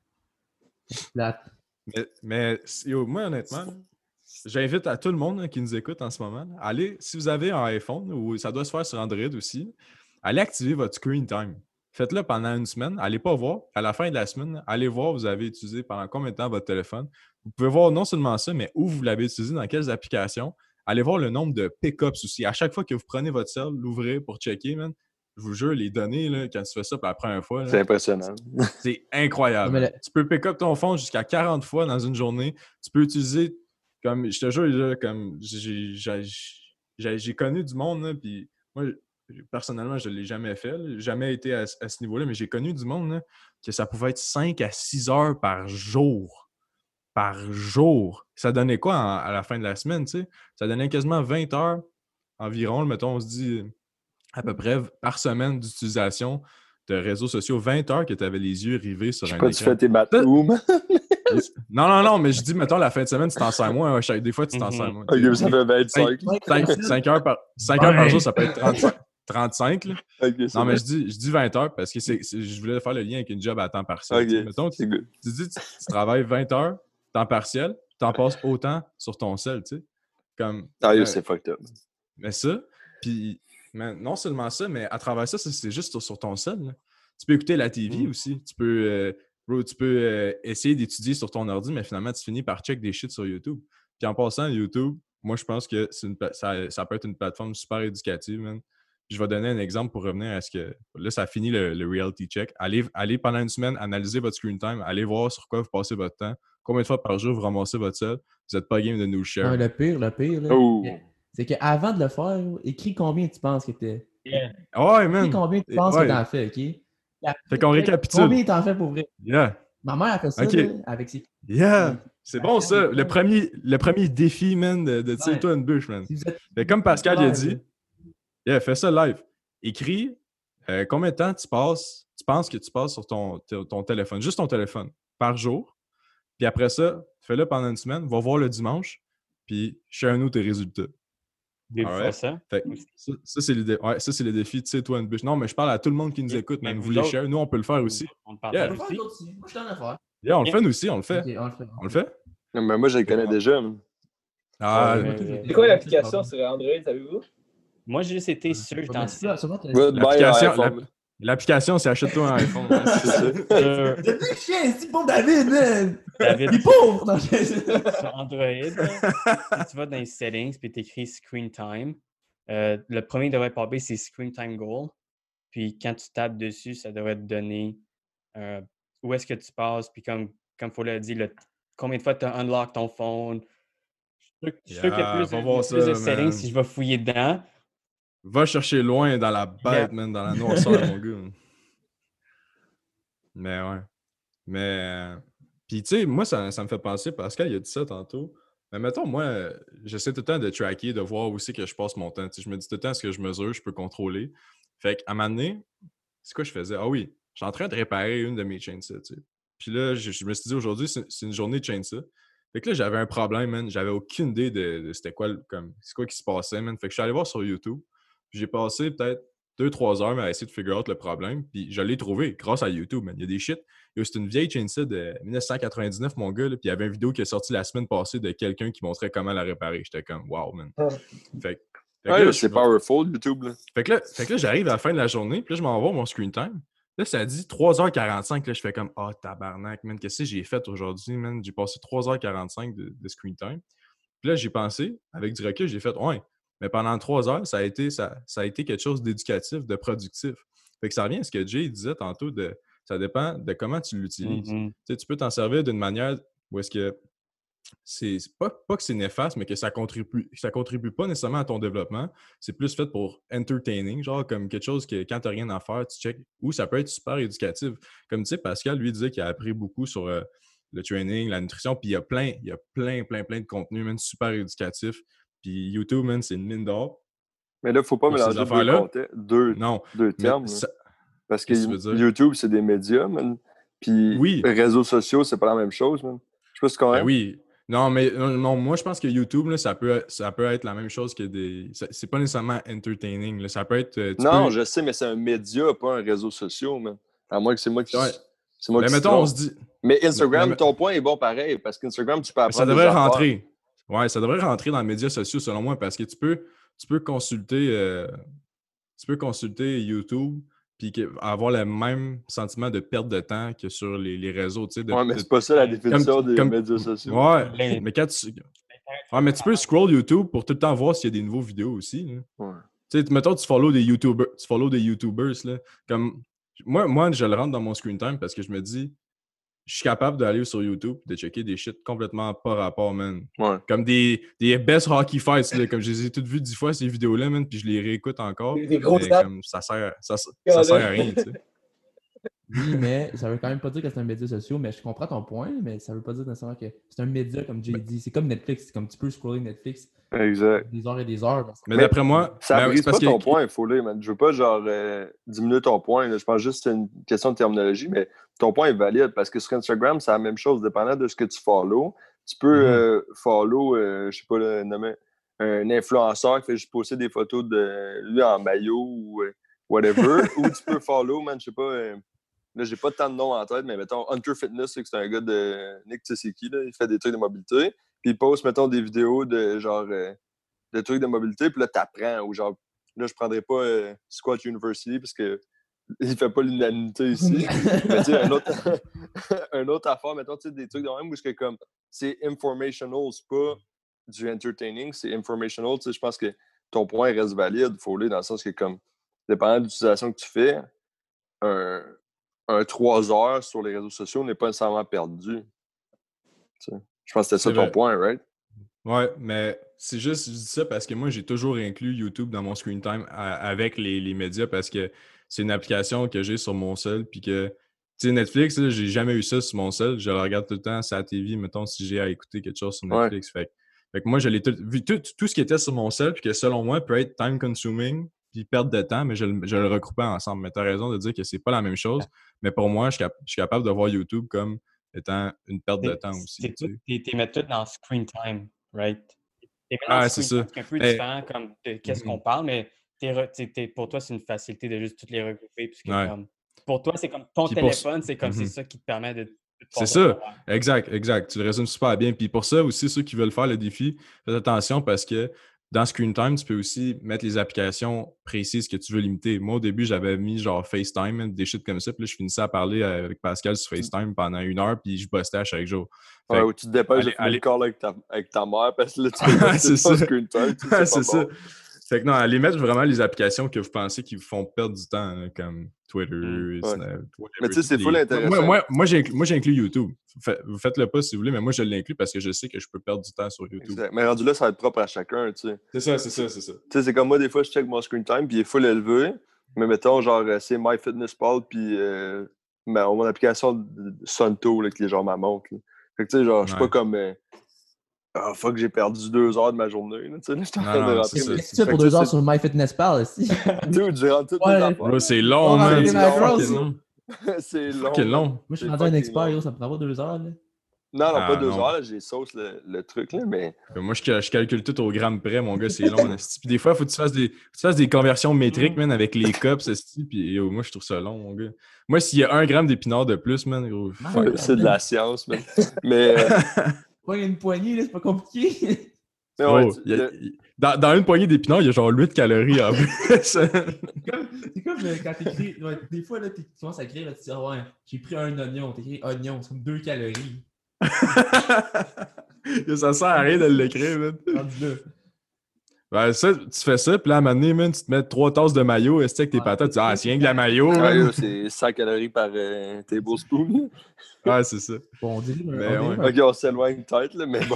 Mais yo, moi, honnêtement, j'invite à tout le monde là, qui nous écoute en ce moment, allez, si vous avez un iPhone, ou ça doit se faire sur Android aussi, allez activer votre screen time. Faites-le pendant une semaine. Allez pas voir. À la fin de la semaine, allez voir vous avez utilisé pendant combien de temps votre téléphone. Vous pouvez voir non seulement ça, mais où vous l'avez utilisé, dans quelles applications. Allez voir le nombre de pick-ups aussi. À chaque fois que vous prenez votre cell, l'ouvrez pour checker, man. Je vous jure, les données, là, quand tu fais ça pour la première fois, là, c'est impressionnant. C'est incroyable. Tu peux pick-up ton phone jusqu'à 40 fois dans une journée. Tu peux utiliser, comme je te jure, là, comme j'ai connu du monde, là, puis moi, personnellement, je ne l'ai jamais fait. J'ai jamais été à ce niveau-là, mais j'ai connu du monde là, que ça pouvait être 5 à 6 heures par jour. Par jour. Ça donnait quoi à la fin de la semaine, tu sais? Ça donnait quasiment 20 heures environ. Mettons, on se dit à peu près par semaine d'utilisation de réseaux sociaux. 20 heures que tu avais les yeux rivés sur un écran. Tu fais tes bathrooms. Non, mais je dis, mettons, la fin de semaine, tu t'en sers moins. Des fois, tu t'en sers moins. Ok, ça fait 25. 5 heures par jour, ça peut être 35. Là. Okay, non, mais je dis 20 heures parce que je voulais faire le lien avec une job à temps partiel. Okay, mettons, tu dis tu travailles 20 heures, temps partiel, tu en passes autant sur ton cell, tu sais. Comme, c'est fucked up. Mais ça, puis non seulement ça, mais à travers ça, c'est juste sur ton cell. Là. Tu peux écouter la TV aussi. Tu peux, essayer d'étudier sur ton ordi, mais finalement, tu finis par check des shit sur YouTube. Puis en passant, YouTube, moi, je pense que ça peut être une plateforme super éducative, man. Je vais donner un exemple pour revenir à ce que... Là, ça finit le reality check. Allez pendant une semaine, analysez votre screen time. Allez voir sur quoi vous passez votre temps. Combien de fois par jour vous ramassez votre cell. Vous n'êtes pas game de nous le share. Non, le pire, là, c'est qu'avant de le faire, écris combien tu penses que t'es... Ouais, man! Écris combien tu penses que t'en fais, OK? Fait qu'on récapitule. Combien t'en fais pour vrai? Yeah! Ma mère a fait ça là, avec ses... Yeah! C'est bon, ça! Le premier défi, man, de tire-toi une bûche, man. Mais comme Pascal il a dit... fais ça live. Écris combien de temps tu penses que tu passes sur ton téléphone, juste ton téléphone, par jour. Puis après ça, fais-le pendant une semaine, va voir le dimanche, puis share-nous tes résultats. Ça, c'est le défi, tu sais, toi, une bûche. Non, mais je parle à tout le monde qui nous écoute, man. Vous voulez share? Nous, on peut le faire aussi. On le partage aussi. Moi, je suis dans l'affaire. On le fait, nous aussi, on le fait. Okay, on le fait? Non, mais moi, je le connais déjà. C'est quoi l'application sur Android, savez-vous? Moi, j'ai juste été search dans L'application, c'est achète-toi un iPhone. Hein, c'est ça. Depuis chien, c'est pour David, man! David, Il est pauvre! Non, sur Android, là, si tu vas dans les settings puis tu écris Screen Time, le premier qui devrait popper, c'est Screen Time Goal. Puis quand tu tapes dessus, ça devrait te donner où est-ce que tu passes. Puis comme Flo l'a dit, combien de fois tu as unlock ton phone. Je suis sûr qu'il y a plus de settings man. si je vais fouiller dedans. Va chercher loin dans la bête, man, dans la noirceur, mon gars. Mais ouais. Mais. Puis, tu sais, moi, ça me fait penser, Pascal, il a dit ça tantôt. Mais mettons, moi, j'essaie tout le temps de tracker, de voir où c'est que je passe mon temps. Tu sais, je me dis tout le temps ce que je mesure, je peux contrôler. Fait qu'à un moment donné, c'est quoi je faisais? Ah oui, je suis en train de réparer une de mes chainsets, tu sais. Puis là, je me suis dit aujourd'hui, c'est une journée de chainsaw. Fait que là, j'avais un problème, man. J'avais aucune idée de c'était quoi, c'est quoi qui se passait, man. Fait que je suis allé voir sur YouTube. J'ai passé peut-être 2-3 heures à essayer de figure out le problème. Puis je l'ai trouvé grâce à YouTube, man. Il y a des shit. C'est une vieille chainsaw de 1999, mon gars. Là, puis il y avait une vidéo qui est sortie la semaine passée de quelqu'un qui montrait comment la réparer. J'étais comme, wow, man. Fait que là, c'est powerful, YouTube. Là. Fait que là, j'arrive à la fin de la journée. Puis là, je m'en vais mon screen time. Là, ça dit 3h45. Là, je fais comme, tabarnak, man. Qu'est-ce que j'ai fait aujourd'hui, man? J'ai passé 3h45 de screen time. Puis là, j'ai pensé, avec du recul, j'ai fait, ouais. Mais pendant 3 heures, ça a été quelque chose d'éducatif, de productif. Fait que ça revient à ce que Jay disait tantôt, ça dépend de comment tu l'utilises. Mm-hmm. Tu peux t'en servir d'une manière où est-ce que c'est pas que c'est néfaste, mais que ça contribue pas nécessairement à ton développement. C'est plus fait pour entertaining, genre comme quelque chose que quand tu n'as rien à faire, tu check. Ou ça peut être super éducatif. Comme tu sais, Pascal, lui, disait qu'il a appris beaucoup sur le training, la nutrition, puis il y a plein de contenus, même super éducatifs. Puis YouTube, man, c'est une mine d'or. Mais là, il ne faut pas mélanger deux termes. Parce que YouTube, c'est des médias, man. Puis les réseaux sociaux, c'est pas la même chose, man. Je sais pas si c'est correct. Oui. Non, mais non, moi, je pense que YouTube, là, ça peut être la même chose que des... C'est pas nécessairement entertaining. Là. Ça peut être... je sais, mais c'est un média, pas un réseau social, man. À moins que c'est moi qui... Ouais. Mais mettons, on se dit... Mais Instagram, ton point est bon pareil, parce qu'Instagram, tu peux apprendre ça devrait rentrer. Ouais, ça devrait rentrer dans les médias sociaux, selon moi, parce que tu peux consulter YouTube puis avoir le même sentiment de perte de temps que sur les réseaux. Ouais, mais c'est pas ça la définition des médias sociaux. Ouais, mais quand mais tu peux scroll YouTube pour tout le temps voir s'il y a des nouveaux vidéos aussi. Ouais. Tu sais, mettons, tu follow des YouTubers. Là, comme moi, je le rentre dans mon screen time parce que je me dis, je suis capable d'aller sur YouTube et de checker des shit complètement pas rapport, man. Ouais. Comme des best hockey fights, là, comme je les ai toutes vues 10 fois, ces vidéos-là, man, puis je les réécoute encore. Des gros comme ça sert à rien, tu sais. Oui, mais ça veut quand même pas dire que c'est un média social, mais je comprends ton point, mais ça veut pas dire nécessairement que c'est un média, comme Jay dit. C'est comme Netflix, c'est comme tu peux scroller Netflix exact. des heures et des heures. Mais d'après moi... Ça brise pas ton point, il faut lire, man. Je veux pas, genre, diminuer ton point. Là. Je pense juste que c'est une question de terminologie, mais ton point est valide, parce que sur Instagram, c'est la même chose, dépendant de ce que tu follow. Tu peux follow, je sais pas, nommer un influenceur qui fait juste poster des photos de lui en maillot ou whatever, ou tu peux follow, man, je sais pas... Là, j'ai pas tant de noms en tête, mais mettons, Hunter Fitness, c'est un gars de Nick Tseseki, là, il fait des trucs de mobilité. Puis il poste, mettons, des vidéos de genre de trucs de mobilité, puis là, t'apprends. Ou genre, là, je prendrais pas Squat University parce que il fait pas l'unanimité ici. Mais tu sais, un autre affaire, mettons, tu sais, des trucs de même où c'est comme, c'est informational, c'est pas du entertaining, c'est informational. Tu sais, je pense que ton point reste valide, faut aller dans le sens que, comme, dépendant de l'utilisation que tu fais, un 3 heures sur les réseaux sociaux n'est pas nécessairement perdu. Tu sais. Je pense que c'était ça ton point, right? Ouais, mais c'est juste, je dis ça parce que moi, j'ai toujours inclus YouTube dans mon screen time avec les médias parce que c'est une application que j'ai sur mon cell. Puis que, tu sais, Netflix, là, j'ai jamais eu ça sur mon cell. Je le regarde tout le temps sur la TV, mettons, si j'ai à écouter quelque chose sur Netflix. Ouais. Fait que moi, je l'ai vu tout ce qui était sur mon cell, puis que selon moi, peut être time-consuming, puis perte de temps, mais je le regroupais ensemble. Mais tu as raison de dire que c'est pas la même chose. Mais pour moi, je suis capable de voir YouTube comme étant une perte de temps aussi. T'es mis tout dans screen time, right? C'est ça. C'est un peu différent comme de qu'est-ce qu'on parle, mais pour toi, c'est une facilité de juste toutes les regrouper. Puisque pour toi, c'est comme ton téléphone, c'est comme c'est ça qui te permet de... C'est ça, exact. Tu le résumes super bien. Puis pour ça aussi, ceux qui veulent faire le défi, faites attention parce que dans Screen Time, tu peux aussi mettre les applications précises que tu veux limiter. Moi, au début, j'avais mis genre FaceTime, hein, des shit comme ça. Puis là, je finissais à parler avec Pascal sur FaceTime pendant 1 heure, puis je postais à chaque jour. Ouais, Fait ou tu te dépêches de allez- finir le allez- call avec ta mère parce que là, tu peux c'est rester ça. pas screen time. Tu sais, c'est pas ça. bon. Fait que non, allez mettre vraiment les applications que vous pensez qui vous font perdre du temps, hein, comme Twitter, Ouais. Snap, Mais tu sais, c'est full intéressant. Moi, j'inclus YouTube. Vous faites-le pas si vous voulez, mais moi, je l'inclus parce que je sais que je peux perdre du temps sur YouTube. Exact. Mais rendu là, ça va être propre à chacun, tu sais. C'est ça. Tu sais, c'est comme moi, des fois, je check mon screen time, puis il est full élevé. Mais mettons, genre, c'est MyFitnessPal, puis mon application de Sunto, là, qui est genre ma montre. Là. Fait que tu sais, genre, je suis pas comme... fuck, j'ai perdu 2 heures de ma journée. Là, tu sais, là, je suis en train de rentrer. Qu'est-ce Mais... que tu fais pour 2 heures sur MyFitnessPal aussi? Dude, j'ai rentré toutes Ouais. mes affaires. Bro, c'est long, Oh, man. arrêtez C'est ma fucking grosse. long. C'est long. Fucking long. Moi, je suis C'est rendu un fucking expert, long. ça me prend pas 2 heures. Là. Non, Ah, pas 2 non. heures, là, j'ai sauce le truc, là, mais... Moi, je calcule tout au gramme près, mon gars, c'est long. esti. Puis des fois, il faut que tu fasses des conversions métriques, man, avec les cups, esti, puis moi, je trouve ça long, mon gars. Moi, s'il y a 1 gramme d'épinards de plus, man, gros, fuck. C'est de la science, man. Mais... Ouais, il y a une poignée, là, c'est pas compliqué. mais ouais, Bro, dans une poignée d'épinards, il y a genre 8 calories en plus. C'est comme quand t'écris. Ouais, des fois, là, tu commences à écrire, là, tu dis, ah ouais, j'ai pris un oignon. T'écris oignon, c'est comme 2 calories. Ça sert à rien de l'écrire, man. Rendu là. Ben, ça, tu fais ça, puis là, à un moment donné, man, tu te mets 3 tasses de maillot, esti, avec tes patates, tu dis, ah, c'est rien que de la maillot. ouais, man. c'est 100 calories par tablespoon. Ouais, c'est ça. Bon, on dirait. Mais on ouais. dirait- Ok, on s'éloigne tête, là, mais bon.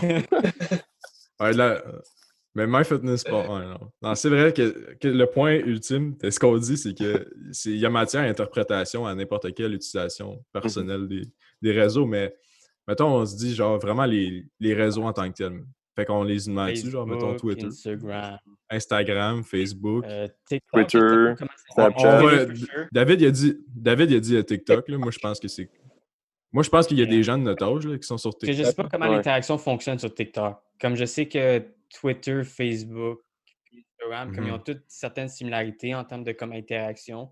Ouais, là, mais MyFitnessPal, ouais, non. Non, c'est vrai que le point ultime de ce qu'on dit, c'est que il y a matière à interprétation à n'importe quelle utilisation personnelle des réseaux, mais mettons, on se dit genre vraiment les réseaux en tant que tels. Fait qu'on les met dessus, genre mettons Facebook, Twitter, Instagram, Instagram, Facebook. TikTok. Twitter, je sais pas comment ça Snapchat. s'appelle, Ouais, for sure. David, il a dit TikTok, là. Moi, je pense qu'il y a des gens de notre âge là, qui sont sur Parce que je TikTok. ne sais pas comment Ouais. l'interaction fonctionne sur TikTok. Comme je sais que Twitter, Facebook, Instagram, comme ils ont toutes certaines similarités en termes de comme interaction.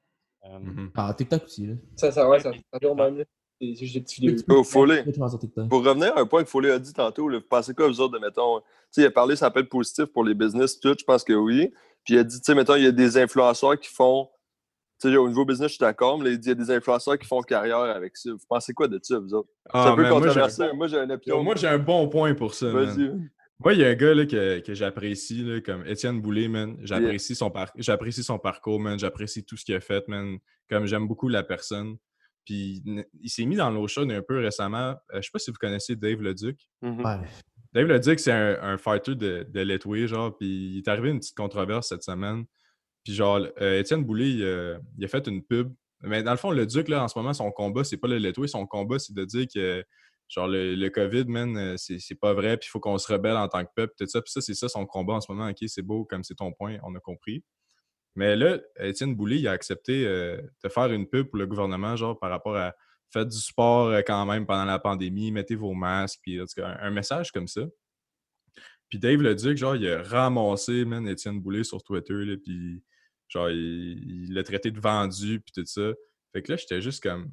Mhm. Ah, TikTok aussi, là. Ça dure même. Là. C'est juste des petites vidéos. Oh, Foley. Tu peux faire sur TikTok. Pour revenir à un point que Foley a dit tantôt, là, vous pensez quoi, vous autres, de, mettons, tu sais, il a parlé, ça s'appelle positif pour les business, tout, je pense que oui. Puis il a dit, tu sais, mettons, il y a des influenceurs qui font, tu sais, au niveau business, je suis d'accord, mais il dit, il y a des influenceurs qui font carrière avec ça. Vous pensez quoi de ça, vous autres? C'est un peu man, controversé. Moi, j'ai une opinion. moi, j'ai un bon point pour ça, man. Vas-y. Moi, il y a un gars là, que j'apprécie, là, comme Étienne Boulay, man. J'apprécie son parcours, man. J'apprécie tout ce qu'il a fait, man. Comme j'aime beaucoup la personne. Puis il s'est mis dans l'eau chaude un peu récemment. Je sais pas si vous connaissez Dave Leduc. Mhm. Ouais. Dave Leduc, c'est un fighter de Letway, genre. Puis il est arrivé une petite controverse cette semaine. Puis genre, Étienne Boulay, il a fait une pub. Mais dans le fond, Leduc, là, en ce moment, son combat, c'est pas le Letway. Son combat, c'est de dire que genre le COVID, man, c'est pas vrai, puis il faut qu'on se rebelle en tant que peuple, tout ça. Puis ça, c'est ça son combat en ce moment. OK, c'est beau, comme c'est ton point, on a compris. Mais là, Étienne Boulay, il a accepté de faire une pub pour le gouvernement, genre par rapport à faites du sport quand même pendant la pandémie, mettez vos masques, puis en tout cas, un message comme ça. Puis Dave Leduc, genre, il a ramassé, man, Étienne Boulay sur Twitter, là, puis genre, il l'a traité de vendu, puis tout ça. Fait que là, j'étais juste comme,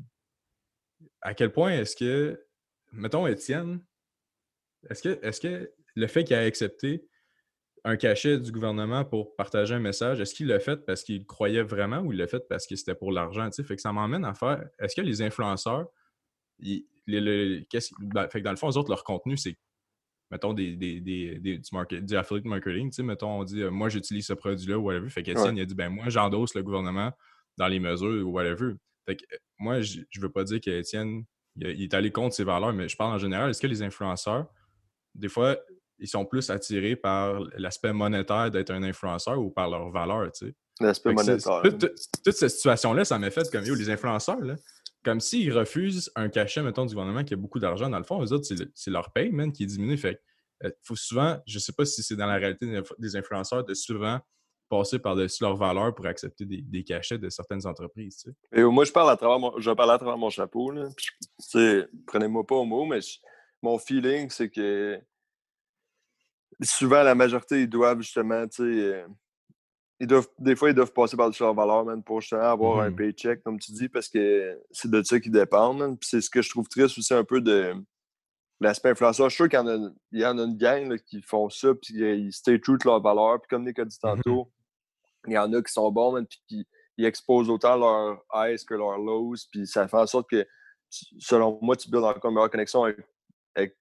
à quel point est-ce que, mettons, Étienne, est-ce que le fait qu'il ait accepté un cachet du gouvernement pour partager un message, est-ce qu'il l'a fait parce qu'il croyait vraiment ou il l'a fait parce que c'était pour l'argent, tu sais? Fait que ça m'emmène à faire, est-ce que les influenceurs, fait que dans le fond, eux autres, leur contenu, c'est, mettons, du affiliate marketing, tu sais, mettons, on dit, moi, j'utilise ce produit-là, ou whatever. Fait qu'Étienne, il a dit, ben moi, j'endosse le gouvernement dans les mesures, ou whatever. Fait que moi, je veux pas dire qu'Étienne, il est allé contre ses valeurs, mais je parle en général, est-ce que les influenceurs, des fois, ils sont plus attirés par l'aspect monétaire d'être un influenceur ou par leurs valeurs, tu sais? L'aspect Fait que monétaire. toute cette situation-là, ça m'a fait comme, les influenceurs, là, comme s'ils refusent un cachet, mettons, du gouvernement qui a beaucoup d'argent, dans le fond, eux autres, c'est leur paye, man, qui diminue. Fait que, faut souvent, je sais pas si c'est dans la réalité des influenceurs, de souvent passer par-dessus leurs valeurs pour accepter des cachets de certaines entreprises, tu sais. Et moi, je parle à travers mon chapeau. Là. Puis, tu sais, prenez-moi pas au mot, mais mon feeling, c'est que souvent, la majorité, ils doivent justement, tu sais, des fois, ils doivent passer par-dessus leurs valeurs, man, pour justement avoir un paycheck, comme tu dis, parce que c'est de ça qu'ils dépendent. Man. Puis c'est ce que je trouve triste aussi un peu de l'aspect influenceur, je suis sûr qu'il y en a une gang là, qui font ça, puis ils stay true de leurs valeurs. Puis comme Nick a dit tantôt, il y en a qui sont bons, man, puis qui ils exposent autant leurs highs que leurs lows, puis ça fait en sorte que, selon moi, tu builds encore une meilleure connexion avec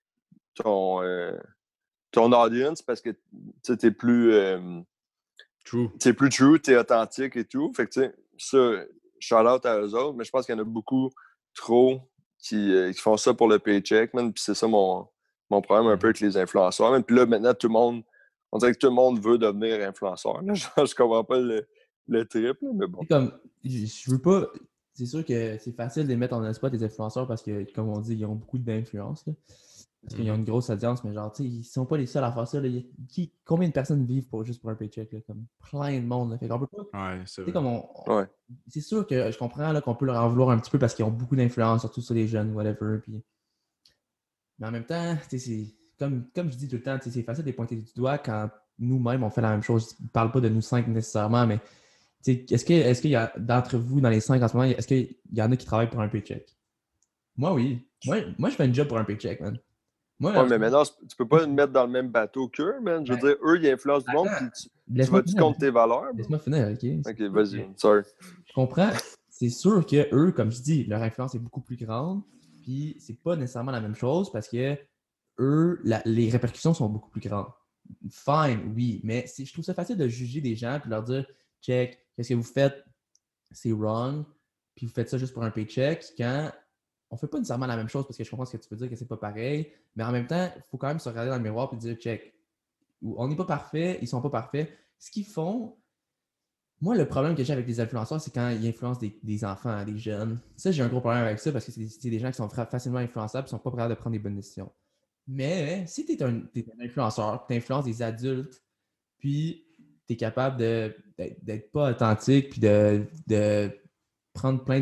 ton audience parce que tu es plus True. plus true, tu es authentique et tout. Fait que tu sais, ça, shout-out à eux autres, mais je pense qu'il y en a beaucoup trop qui font ça pour le paycheck, man. Puis c'est ça mon problème un peu avec les influenceurs. Man. Puis là, maintenant, on dirait que tout le monde veut devenir influenceur. Là. Je comprends pas le trip, là, mais bon. C'est comme, je veux pas. C'est sûr que c'est facile de les mettre en spot, les influenceurs, parce que, comme on dit, ils ont beaucoup d'influence. Parce qu'ils ont une grosse audience, mais genre, tu sais, ils sont pas les seuls à faire ça. Là. Combien de personnes vivent juste pour un paycheck? Là? Comme plein de monde. Là. Fait qu'on peut pas. Ouais, c'est vrai. Ouais. C'est sûr que je comprends là, qu'on peut leur en vouloir un petit peu parce qu'ils ont beaucoup d'influence, surtout sur les jeunes, whatever. Puis... Mais en même temps, c'est comme je dis tout le temps, c'est facile de les pointer du doigt quand nous-mêmes on fait la même chose. Je ne parle pas de nous 5 nécessairement, mais est-ce qu'il y a d'entre vous dans les 5 en ce moment, est-ce qu'il y en a qui travaillent pour un paycheck? Moi, oui. Moi, je fais un job pour un paycheck, man. Ouais, mais maintenant, tu peux pas me mettre dans le même bateau qu'eux, man. Je veux dire, eux, ils influencent du monde, puis tu vas-tu contre tes valeurs? Laisse-moi finir, OK? OK, vas-y, sorry. Je comprends. C'est sûr que eux, comme je dis, leur influence est beaucoup plus grande, puis c'est pas nécessairement la même chose parce que eux, les répercussions sont beaucoup plus grandes. Fine, oui, mais je trouve ça facile de juger des gens puis leur dire « Check, qu'est-ce que vous faites? C'est wrong. » Puis vous faites ça juste pour un paycheck quand on fait pas nécessairement la même chose parce que je comprends ce que tu veux dire, que c'est pas pareil, mais en même temps, il faut quand même se regarder dans le miroir et dire « Check, on n'est pas parfait, ils sont pas parfaits. » Ce qu'ils font, moi, le problème que j'ai avec les influenceurs, c'est quand ils influencent des enfants, des jeunes. Ça, j'ai un gros problème avec ça parce que c'est des gens qui sont facilement influençables et qui ne sont pas prêts de prendre des bonnes décisions. Mais si tu es un influenceur, tu influences des adultes, puis tu es capable d'être pas authentique, puis de prendre plein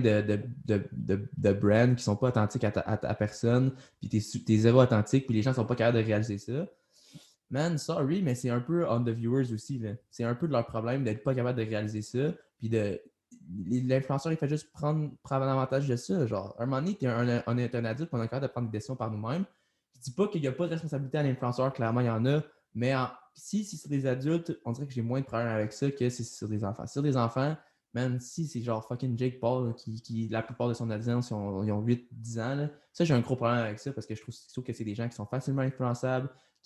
de brands qui sont pas authentiques à personne, puis tu es zéro authentique, puis les gens ne sont pas capables de réaliser ça. Man, sorry, mais c'est un peu on the viewers aussi. Là. C'est un peu de leur problème d'être pas capable de réaliser ça, puis l'influenceur, il fait juste prendre avantage de ça. Genre, à un moment donné, on est un adulte, on est capable de prendre des décisions par nous-mêmes. Je dis pas qu'il n'y a pas de responsabilité à l'influenceur, clairement, il y en a, mais si c'est sur des adultes, on dirait que j'ai moins de problèmes avec ça que si c'est sur des enfants. Sur des enfants, man, si c'est genre fucking Jake Paul, là, qui la plupart de son audience, ils ont 8-10 ans, là, ça, j'ai un gros problème avec ça parce que je trouve que c'est des gens qui sont facilement influençables,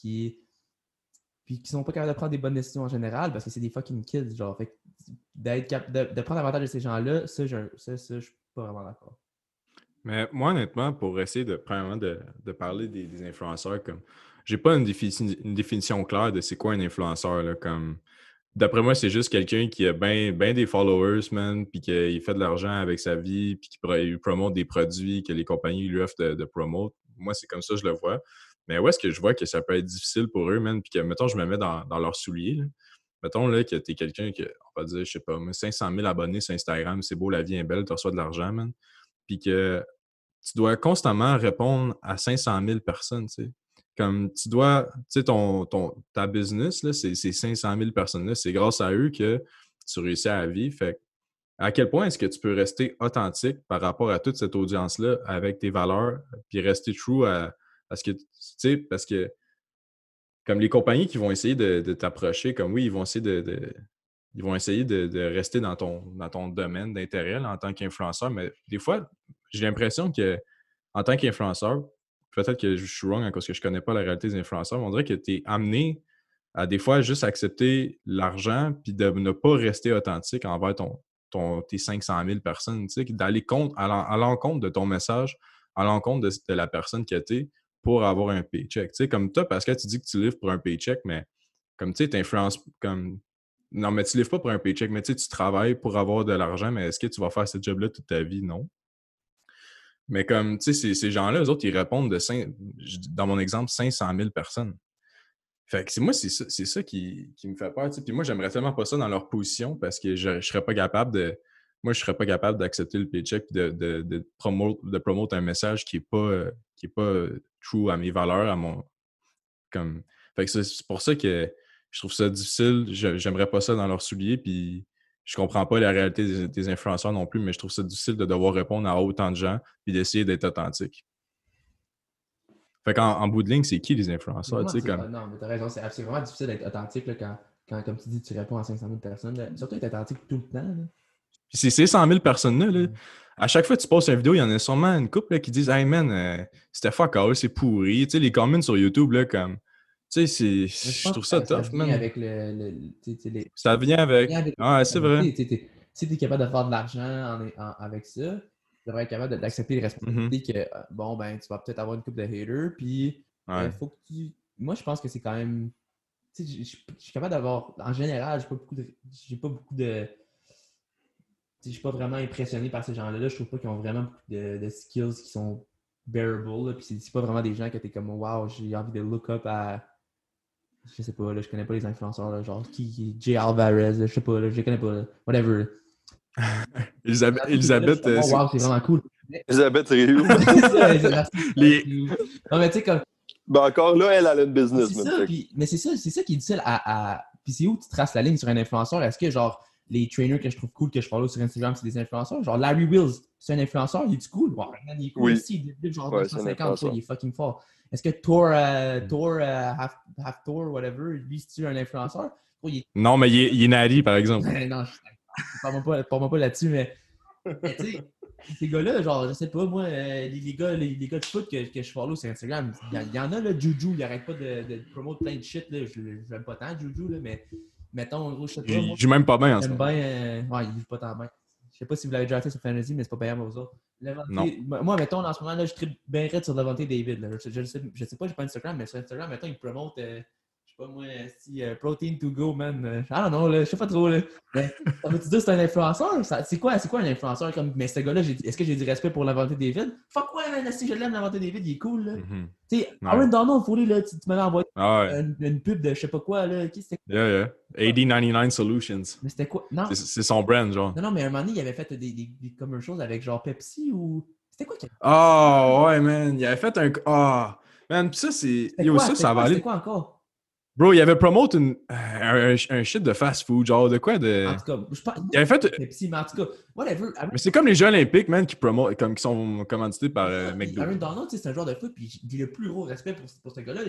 puis qui sont pas capables de prendre des bonnes décisions en général parce que c'est des fucking kids, genre. Fait de prendre avantage de ces gens-là, ça, je suis pas vraiment d'accord. Mais moi, honnêtement, pour essayer premièrement de parler des influenceurs, comme j'ai pas une définition claire de c'est quoi un influenceur. Là, comme d'après moi, c'est juste quelqu'un qui a bien des followers, man, puis qu'il fait de l'argent avec sa vie, puis qu'il promote des produits que les compagnies lui offrent de promote. Moi, c'est comme ça que je le vois. Mais où est-ce que je vois que ça peut être difficile pour eux, man, puis que, mettons, je me mets dans leurs souliers, là. Mettons là, que tu es quelqu'un qui, on va dire, je sais pas, 500 000 abonnés sur Instagram, c'est beau, la vie est belle, tu reçois de l'argent, man. Puis que tu dois constamment répondre à 500 000 personnes, tu sais. Comme tu dois, tu sais, ta business, là, c'est 500 000 personnes-là. C'est grâce à eux que tu réussis à vivre. Fait à quel point est-ce que tu peux rester authentique par rapport à toute cette audience-là avec tes valeurs, puis rester true à ce que, tu sais, parce que comme les compagnies qui vont essayer de t'approcher, comme oui, ils vont essayer de rester dans ton domaine d'intérêt là, en tant qu'influenceur, mais des fois, j'ai l'impression que en tant qu'influenceur, peut-être que je suis wrong parce que je ne connais pas la réalité des influenceurs, mais on dirait que tu es amené à des fois juste accepter l'argent puis de ne pas rester authentique envers tes 500 000 personnes, tu sais, d'aller à l'encontre de ton message, à l'encontre de la personne que tu es pour avoir un paycheck. Tu sais, comme toi, Pascal, tu dis que tu livres pour un paycheck, mais comme tu sais, tu influences comme. Non, mais tu ne livres pas pour un paycheck, mais tu sais, tu travailles pour avoir de l'argent, mais est-ce que tu vas faire ce job-là toute ta vie? Non. Mais comme, tu sais, ces gens-là, eux autres, ils répondent dans mon exemple, 500 000 personnes. Fait que c'est ça qui me fait peur, tu sais. Puis moi, j'aimerais tellement pas ça dans leur position parce que je serais pas capable d'accepter le paycheck et de promote un message qui est pas true à mes valeurs, comme. Fait que c'est pour ça que je trouve ça difficile. J'aimerais pas ça dans leurs souliers, puis je comprends pas la réalité des influenceurs non plus, mais je trouve ça difficile de devoir répondre à autant de gens puis d'essayer d'être authentique. Fait qu'en bout de ligne, c'est qui les influenceurs, Vraiment, tu sais, comme... Non, mais t'as raison, c'est vraiment difficile d'être authentique là, quand, comme tu dis, tu réponds à 500 000 personnes. Là. Surtout être authentique tout le temps. Là. Puis c'est ces 100 000 personnes-là, là, à chaque fois que tu postes une vidéo, il y en a sûrement une couple là, qui disent « Hey man, c'était fuck all, c'est pourri. » Tu sais, les comments sur YouTube, là, comme... Tu sais, je trouve ça tough, vient man. avec Ça vient avec... Ouais, c'est vrai. Si tu es capable de faire de l'argent avec ça, tu devrais être capable d'accepter les responsabilités que, bon, ben, tu vas peut-être avoir une couple de haters, puis il faut que tu... Moi, je pense que c'est quand même... Tu sais, je suis capable d'avoir... En général, j'ai pas beaucoup de... Je suis pas vraiment impressionné par ces gens-là. Je trouve pas qu'ils ont vraiment beaucoup de skills qui sont bearable. Là. Puis c'est pas vraiment des gens que t'es comme wow, j'ai envie de look up à. Je sais pas, là, je connais pas les influenceurs, là, genre qui Jay Alvarez, là, je sais pas, là, je les connais pas. Là. Whatever. Elisabeth. Wow, c'est vraiment cool. Elisabeth Rioux. Non, mais tu sais, comme. Ben encore là, elle a une business. C'est ça, mais c'est ça qui est difficile à. Puis c'est où tu traces la ligne sur un influenceur? Est-ce que genre les trainers que je trouve cool, que je follow sur Instagram, c'est des influenceurs? Genre Larry Wills, c'est un influenceur, il est cool? Wow, man, il est cool aussi, il est genre 250 fois, il est fucking fort. Est-ce que Thor, Half Thor, whatever, lui, c'est-tu un influenceur? Non, mais il est nari, par exemple. Non, parle-moi pas là-dessus, mais tu sais, ces gars-là, genre, je sais pas, moi, les gars de foot que je follow sur Instagram, il y en a, là, Juju, il arrête pas de promouvoir plein de shit, là, je l'aime pas tant, Juju, là, mais mettons, en gros, je sais pas. Il joue même pas bien en ce moment. Ouais, il joue pas tant bien. Je sais pas si vous l'avez déjà fait sur Fantasy, mais c'est pas payant aux autres. Non. Moi, mettons, en ce moment, là, je tripe bien raide sur Levante David. Là. Je sais pas, j'ai pas Instagram, mais sur Instagram, mettons, il promote, je sais pas moi, Protein to go, man. I don't know, là, je sais pas trop. Là. Mais, ça veut-tu dire que c'est un influenceur? C'est quoi un influenceur? Mais ce gars-là, est-ce que j'ai du respect pour Levante David? Fuck ouais, man, si je l'aime, Levante David, il est cool. Là. Tu sais, Aaron Donald, faut là, tu m'avais envoyé une pub de je sais pas quoi. Là. Yeah. 8099 Solutions. Mais c'était quoi? Non. C'est son brand, genre. Non, mais à un moment donné, il avait fait des commercials avec genre Pepsi ou. C'était quoi qu'il ouais, man. Il avait fait un. Man, pis ça, c'est. Ça va aller. C'était quoi encore? Bro, il avait promote un shit de fast-food, genre de quoi de. En tout cas, je pense. Il avait fait. Pepsi, mais en tout cas, whatever. Mais c'est comme les Jeux Olympiques, man, qui sont commandités par McDo. Aaron Donald, c'est un joueur de foot, puis j'ai le plus gros respect pour ce gars-là.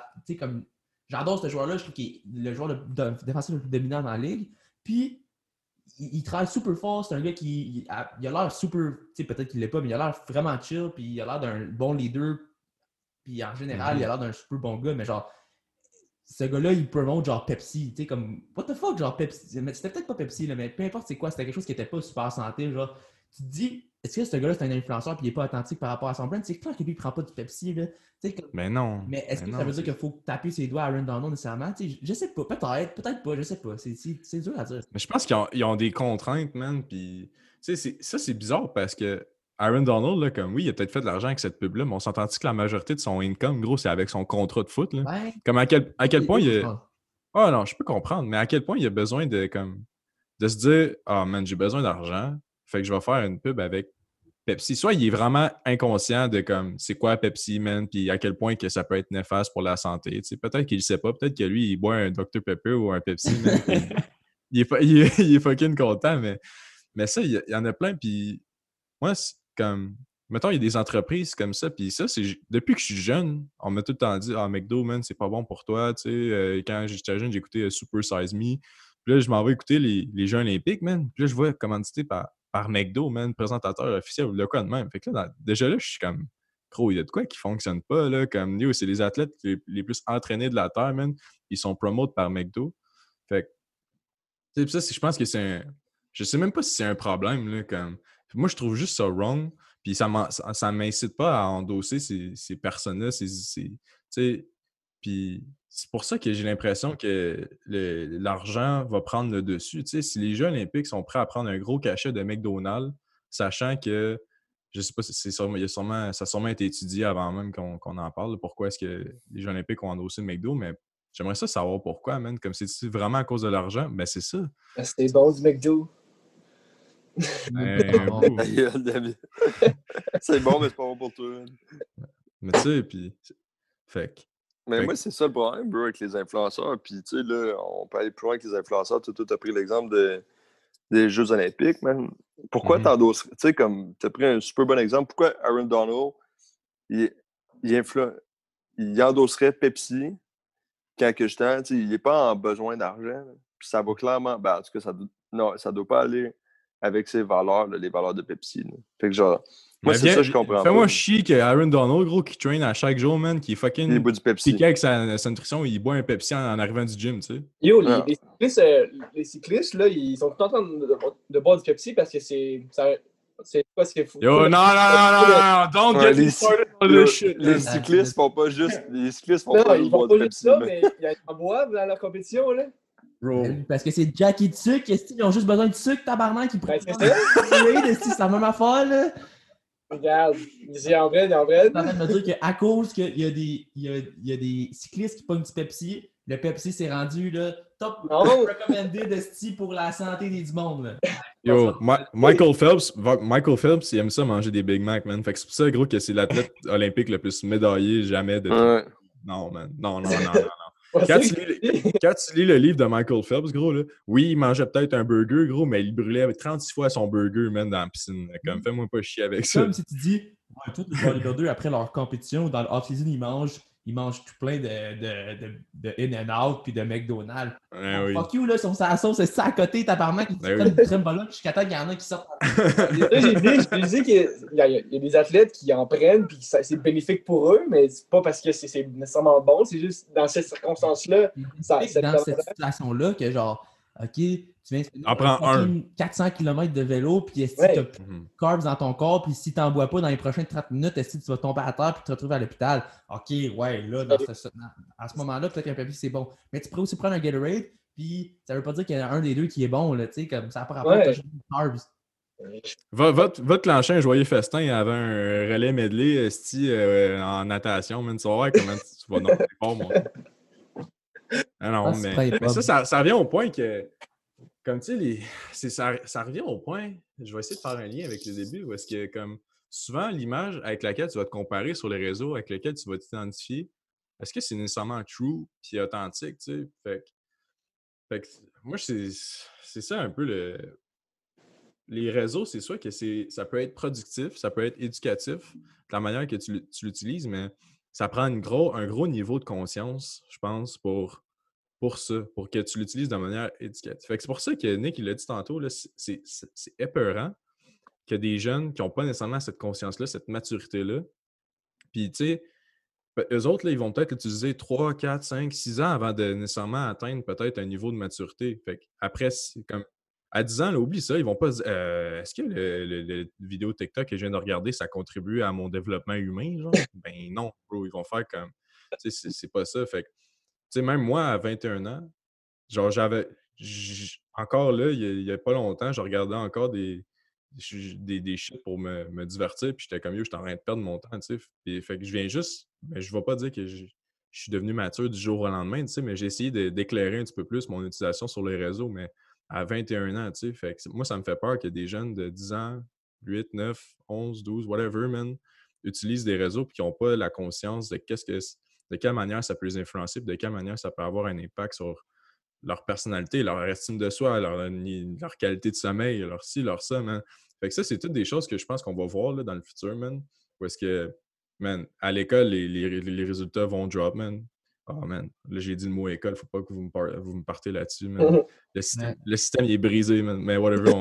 J'adore ce joueur-là, je trouve qu'il est le joueur défensif le plus dominant dans la ligue. Puis, il travaille super fort. C'est un gars qui a l'air super. Tu sais, peut-être qu'il l'est pas, mais il a l'air vraiment chill, puis il a l'air d'un bon leader. Puis en général, il a l'air d'un super bon gars, mais genre. Ce gars-là, il promote genre Pepsi, tu sais, comme, what the fuck, genre Pepsi. Mais c'était peut-être pas Pepsi, là, mais peu importe c'est quoi, c'était quelque chose qui était pas super santé, genre, tu te dis, est-ce que ce gars-là, c'est un influenceur puis il est pas authentique par rapport à son brand? C'est clair que lui, il prend pas du Pepsi, là. Comme... Mais non. Mais est-ce que ça veut dire qu'il faut taper ses doigts à Aaron Donald nécessairement? Tu sais, je sais pas, peut-être pas, je sais pas. C'est dur à dire. Mais je pense qu'ils ont des contraintes, man, puis, tu sais, ça, c'est bizarre parce que Aaron Donald, là, comme oui, il a peut-être fait de l'argent avec cette pub-là, mais on s'entend-tu que la majorité de son income, gros, c'est avec son contrat de foot, là? Ouais. Comme à quel point il a... non, je peux comprendre, mais à quel point il a besoin de se dire « Ah, man, j'ai besoin d'argent, fait que je vais faire une pub avec Pepsi. » Soit il est vraiment inconscient de comme c'est quoi Pepsi, man, puis à quel point que ça peut être néfaste pour la santé. Tu sais, peut-être qu'il le sait pas, peut-être que lui, il boit un Dr Pepper ou un Pepsi, man, il est fucking content, mais ça, il y en a plein, puis moi, c'est comme... Mettons, il y a des entreprises comme ça, puis ça, c'est depuis que je suis jeune, on m'a tout le temps dit « Ah, McDo, man, c'est pas bon pour toi, tu sais. Quand j'étais jeune, j'écoutais Super Size Me. Puis là, je m'en vais écouter les Jeux Olympiques, man. Puis là, je vois commandité par McDo, man, présentateur officiel ou le quoi de même. Fait que là, déjà là, je suis comme, gros, il y a de quoi qui fonctionne pas, là. Comme, c'est les athlètes les plus entraînés de la Terre, man. Ils sont promotés par McDo. Fait que, ça, je pense que c'est un... Je sais même pas si c'est un problème, là, comme... Moi, je trouve juste ça wrong. Puis ça m'incite pas à endosser ces personnes-là. Puis c'est pour ça que j'ai l'impression que l'argent va prendre le dessus. Tu sais, si les Jeux Olympiques sont prêts à prendre un gros cachet de McDonald's, sachant que, je sais pas, ça a sûrement été étudié avant même qu'on en parle, pourquoi est-ce que les Jeux Olympiques ont endossé le McDo, mais j'aimerais ça savoir pourquoi, man. Comme c'est vraiment à cause de l'argent, ben c'est ça. C'est bon du McDo. C'est bon, mais c'est pas bon pour toi. Mais tu sais, puis... Moi, c'est ça le problème, bro, avec les influenceurs. Puis, tu sais, là, on peut aller plus loin avec les influenceurs. Tu as pris l'exemple des Jeux Olympiques, man. Pourquoi t'endosses... Tu sais, comme, tu as pris un super bon exemple. Pourquoi Aaron Donald, il il endosserait Pepsi quand que justement, il n'est pas en besoin d'argent. Là. Puis ça va clairement. Ben, en tout cas, ça doit pas aller avec ses valeurs, là, les valeurs de Pepsi. Là. Fait que genre. Moi, Mais c'est ça, je comprends fais-moi pas. chier que Aaron Donald, gros, qui traîne à chaque jour, man, qui est Il fucking boit du Pepsi. piqué avec sa nutrition, il boit un Pepsi en arrivant du gym, tu sais. Yo, Ah. les cyclistes, là, ils sont tout en train de boire du Pepsi parce que c'est quoi ce qu'il faut. Yo, non, don't Ouais, get me started on this shit. Les man. cyclistes font pas juste. Les cyclistes font Non, pas ils juste font boire pas du juste Pepsi. ça, là. mais ils en boivent dans leur compétition, là. Bro. Parce que c'est Jackie de sucre, esti, ils ont juste besoin de sucre, tabarnak, ils prennent. Ben, c'est ça. C'est la même affaire, là. Regarde, il en prennent. T'es en train de me dire qu'à cause qu'il y a des cyclistes qui pognent du Pepsi, le Pepsi s'est rendu là, top Non. recommandé d'esti pour la santé du monde. Là. Yo, Michael Phelps, il aime ça manger des Big Mac, man. Fait que c'est pour ça, gros, que c'est l'athlète olympique le plus médaillé jamais de tout. Ouais. Non, man. Non. Quand tu lis le livre de Michael Phelps, gros, là, oui, il mangeait peut-être un burger, gros, mais il brûlait 36 fois son burger, man, dans la piscine. Comme, fais-moi pas chier avec C'est ça. comme si tu dis, ouais, tous les bodybuilders, après leur compétition, dans le off-season, ils mangent tout plein de In-N-Out puis de McDonald's. Ouais, oui. Fuck you, là, sur sa sauce, c'est ça à côté, tabarnak, ils Ben comme une crème volante jusqu'à temps qu'il y en a qui sortent. J'ai dit qu'il y a des athlètes qui en prennent puis c'est bénéfique pour eux, mais c'est pas parce que c'est nécessairement bon, c'est juste dans ces circonstances-là. Dans cette situation-là, que genre, OK, tu viens En prends un. 400 km de vélo, puis si Ouais. tu as plus de carbs dans ton corps, puis si tu n'en bois pas dans les prochaines 30 minutes, est-ce que tu vas tomber à terre puis te retrouver à l'hôpital? OK, ouais, là, à ce moment-là, peut-être qu'un Pepsi, c'est bon. Mais tu pourrais aussi prendre un Gatorade, puis ça veut pas dire qu'il y en a un des deux qui est bon, là, tu sais, comme ça n'a pas rapport, Ouais. t'as juste des carbs. Va te clencher un joyeux festin avant un relais medley esti, en natation, man. Tu vas voir comment tu vas non, c'est fort, mon gars. Ah non, mais ça revient au point que, comme tu sais, ça revient au point, je vais essayer de faire un lien avec le début, où est-ce que, comme, souvent, l'image avec laquelle tu vas te comparer sur les réseaux, avec laquelle tu vas t'identifier, est-ce que c'est nécessairement true puis authentique, tu sais? Fait que moi, c'est ça un peu les réseaux, c'est sûr que ça peut être productif, ça peut être éducatif, de la manière que tu l'utilises, mais ça prend un gros niveau de conscience, je pense, pour ça, pour que tu l'utilises de manière éducative. Fait que c'est pour ça que Nick, il l'a dit tantôt, là, c'est épeurant que des jeunes qui n'ont pas nécessairement cette conscience-là, cette maturité-là, puis tu sais, eux autres, là, ils vont peut-être l'utiliser 3, 4, 5, 6 ans avant de nécessairement atteindre peut-être un niveau de maturité. Fait après, comme à 10 ans, là, oublie ça, ils vont pas se dire est-ce que le vidéo TikTok que je viens de regarder, ça contribue à mon développement humain? Genre? Ben non, bro, ils vont faire comme. Tu sais, c'est pas ça. Fait que, tu sais, même moi, à 21 ans, genre, encore là, il y a pas longtemps, je regardais encore des shit pour me divertir, puis j'étais comme yo, j'étais en train de perdre mon temps, tu sais. Puis, fait que je viens juste, mais je vais pas dire que je suis devenu mature du jour au lendemain, tu sais, mais j'ai essayé d'éclairer un petit peu plus mon utilisation sur les réseaux, mais à 21 ans, tu sais. Fait que moi, ça me fait peur que des jeunes de 10 ans, 8, 9, 11, 12, whatever, man, utilisent des réseaux puis qui n'ont pas la conscience de de quelle manière ça peut les influencer, puis de quelle manière ça peut avoir un impact sur leur personnalité, leur estime de soi, leur qualité de sommeil, leur ci, leur ça, man. Fait que ça, c'est toutes des choses que je pense qu'on va voir là, dans le futur, man. Parce que, man, à l'école, les résultats vont drop, man. Oh, man. Là, j'ai dit le mot école, faut pas que vous me partez là-dessus, man. Le système, il est brisé, man. Mais whatever.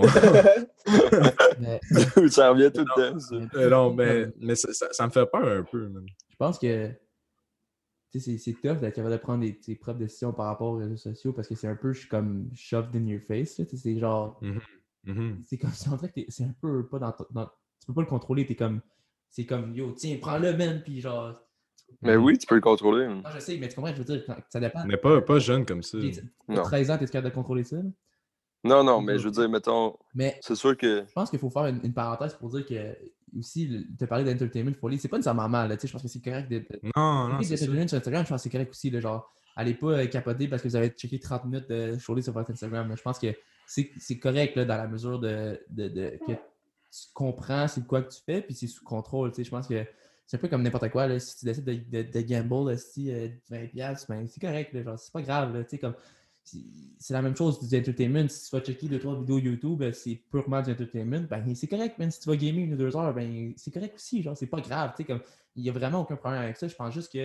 Ça revient tout le temps, ça. Non, mais ça me fait peur un peu, man. Je pense que c'est tough d'être capable de prendre tes propres décisions par rapport aux réseaux sociaux parce que c'est un peu comme shoved in your face. C'est genre. C'est comme si on dirait que c'est un peu pas dans tu peux pas le contrôler. C'est comme yo, tiens, prends-le, man. Puis genre. Mais oui, tu peux le contrôler. Non, je sais, mais tu comprends, je veux dire, ça dépend. Mais pas jeune comme ça. T'as 13 ans, t'es capable de contrôler ça? Là? Non, mais je veux dire, mettons. Mais c'est sûr que. Je pense qu'il faut faire une parenthèse pour dire que aussi, te parler d'entertainment folly, c'est pas nécessairement mal. Là, je pense que c'est correct Non, c'est sur Instagram, je pense que c'est correct aussi. Là, genre, allez pas capoter parce que vous avez checké 30 minutes de show sur votre Instagram. Là. Je pense que c'est correct là, dans la mesure que tu comprends c'est quoi que tu fais, puis c'est sous contrôle. Je pense que c'est un peu comme n'importe quoi. Là, si tu décides de gamble, 20$, ben, c'est correct. Là, genre, c'est pas grave. Là, comme, c'est la même chose du entertainment. Si tu vas checker 2-3 vidéos YouTube, c'est purement du entertainment. Ben, c'est correct, même si tu vas gamer 1 ou 2 heures, ben, c'est correct aussi. Genre, c'est pas grave. Comme, il n'y a vraiment aucun problème avec ça. Je pense juste que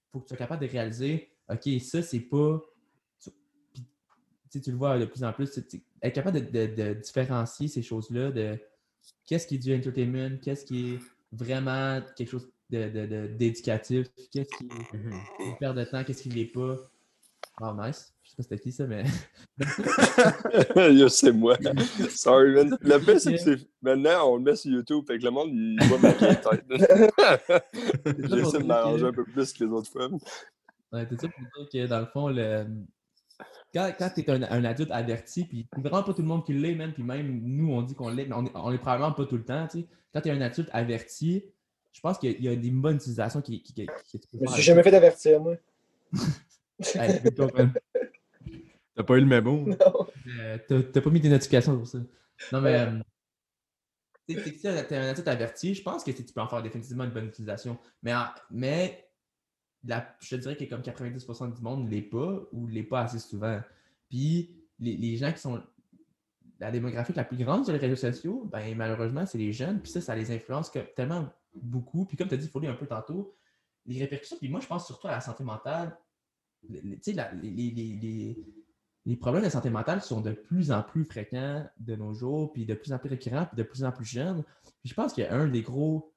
faut que tu sois capable de réaliser, OK, ça, c'est pas. Puis, tu le vois de plus en plus, être capable de différencier ces choses-là, de qu'est-ce qui est du entertainment, qu'est-ce qui est vraiment quelque chose d'éducatif, qu'est-ce qui est une perte de temps, qu'est-ce qui ne l'est pas. Oh, nice. Je sais pas c'était qui ça, mais. Yo, c'est moi. Sorry, man. Le pire, c'est que maintenant, on le met sur YouTube, fait que le monde, il voit ma tête. J'essaie de m'arranger un peu plus que les autres fois. Ouais, c'est ça pour dire que dans le fond, quand tu es un adulte averti, puis vraiment pas tout le monde qui l'est, même, puis même nous, on dit qu'on l'est, mais on est probablement pas tout le temps. Tu sais. Quand tu es un adulte averti, je pense qu'il y a des bonnes utilisations que tu peux faire. Je me suis jamais fait avertir, moi. Hey, T'as pas eu le mémo? Non. T'as pas mis des notifications pour ça. Non, mais si t'es un adulte averti, je pense que tu peux en faire définitivement une bonne utilisation. Mais je te dirais que comme 90% du monde ne l'est pas ou ne l'est pas assez souvent. Puis les gens qui sont la démographie la plus grande sur les réseaux sociaux, ben malheureusement, c'est les jeunes. Puis ça les influence tellement beaucoup. Puis comme tu as dit, il faut lire un peu tantôt, les répercussions. Puis moi, je pense surtout à la santé mentale. Tu sais, les problèmes de santé mentale sont de plus en plus fréquents de nos jours, puis de plus en plus récurrents, puis de plus en plus jeunes. Puis je pense qu'il y a une des grosses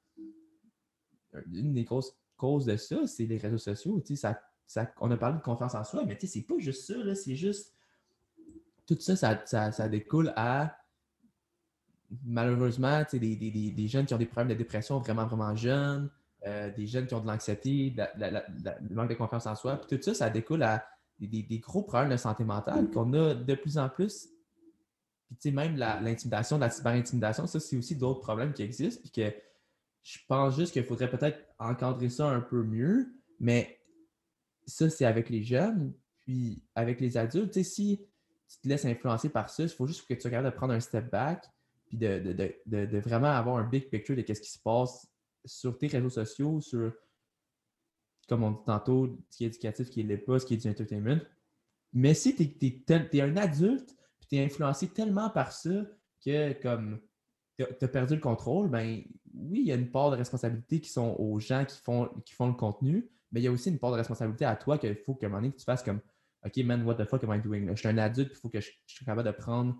causes de ça, c'est les réseaux sociaux. On a parlé de confiance en soi, mais c'est pas juste ça, là, c'est juste tout ça, ça découle à malheureusement des jeunes qui ont des problèmes de dépression vraiment, vraiment jeunes, des jeunes qui ont de l'anxiété, du manque de confiance en soi. Puis tout ça, ça découle à des gros problèmes de santé mentale qu'on a de plus en plus. Puis même l'intimidation, la cyber-intimidation, ça, c'est aussi d'autres problèmes qui existent. Puis que je pense juste qu'il faudrait peut-être encadrer ça un peu mieux, mais ça, c'est avec les jeunes. Puis avec les adultes, si tu te laisses influencer par ça, il faut juste que tu sois capable de prendre un step back puis de vraiment avoir un big picture de ce qui se passe sur tes réseaux sociaux, sur, comme on dit tantôt, ce qui est éducatif, ce qui ne l'est pas, ce qui est du entertainment. Mais si tu es un adulte puis tu es influencé tellement par ça que comme tu as perdu le contrôle, ben oui, il y a une part de responsabilité qui sont aux gens qui font le contenu, mais il y a aussi une part de responsabilité à toi qu'il faut qu'à un moment donné que tu fasses comme OK, man, what the fuck am I doing? Là? Je suis un adulte, il faut que je sois capable de prendre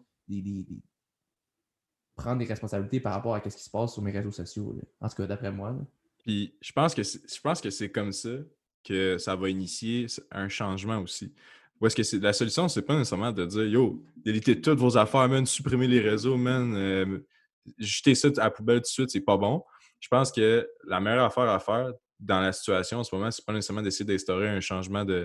des responsabilités par rapport à ce qui se passe sur mes réseaux sociaux. Là. En tout cas, d'après moi. Là. Puis je pense que c'est comme ça que ça va initier un changement aussi. Ou est-ce que la solution, c'est pas nécessairement de dire yo, délétez toutes vos affaires, man, supprimez les réseaux, man, jetez ça à la poubelle tout de suite, c'est pas bon. Je pense que la meilleure affaire à faire dans la situation en ce moment, c'est pas nécessairement d'essayer d'instaurer un changement de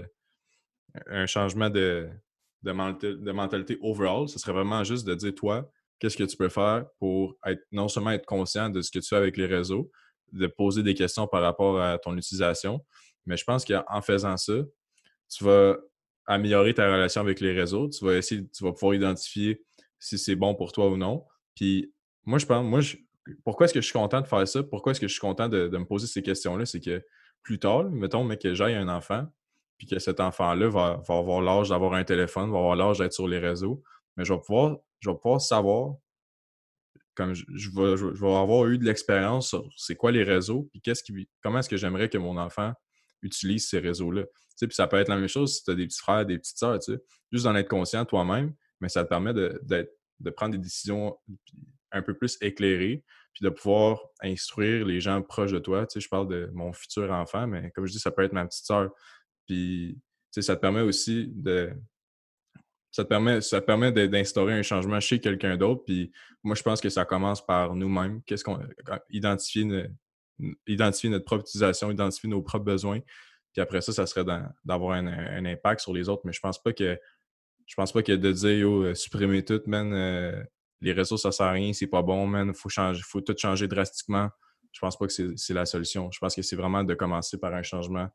mentalité overall. Ce serait vraiment juste de dire, toi, qu'est-ce que tu peux faire pour non seulement être conscient de ce que tu fais avec les réseaux, de poser des questions par rapport à ton utilisation, mais je pense qu'en faisant ça, tu vas améliorer ta relation avec les réseaux, tu vas pouvoir identifier si c'est bon pour toi ou non. Puis moi, pourquoi est-ce que je suis content de faire ça? Pourquoi est-ce que je suis content de me poser ces questions-là? C'est que plus tard, mettons, mais que j'aille un enfant, puis que cet enfant-là va avoir l'âge d'avoir un téléphone, va avoir l'âge d'être sur les réseaux, mais je vais pouvoir savoir, comme je vais avoir eu de l'expérience sur c'est quoi les réseaux, puis comment est-ce que j'aimerais que mon enfant utilise ces réseaux-là. Tu sais, puis ça peut être la même chose si tu as des petits frères, des petites sœurs, tu sais, juste d'en être conscient toi-même, mais ça te permet de prendre des décisions un peu plus éclairées, puis de pouvoir instruire les gens proches de toi. Tu sais, je parle de mon futur enfant, mais comme je dis, ça peut être ma petite sœur. Puis, tu sais, ça te permet aussi ça te permet d'instaurer un changement chez quelqu'un d'autre. Puis moi, je pense que ça commence par nous-mêmes. Identifier notre propre utilisation, identifier nos propres besoins. Puis après ça serait d'avoir un impact sur les autres. Mais je pense pas que de dire yo, supprimer tout, man, les réseaux, ça sert à rien, c'est pas bon, man, faut tout changer drastiquement. Je pense pas que c'est la solution. Je pense que c'est vraiment de commencer par un changement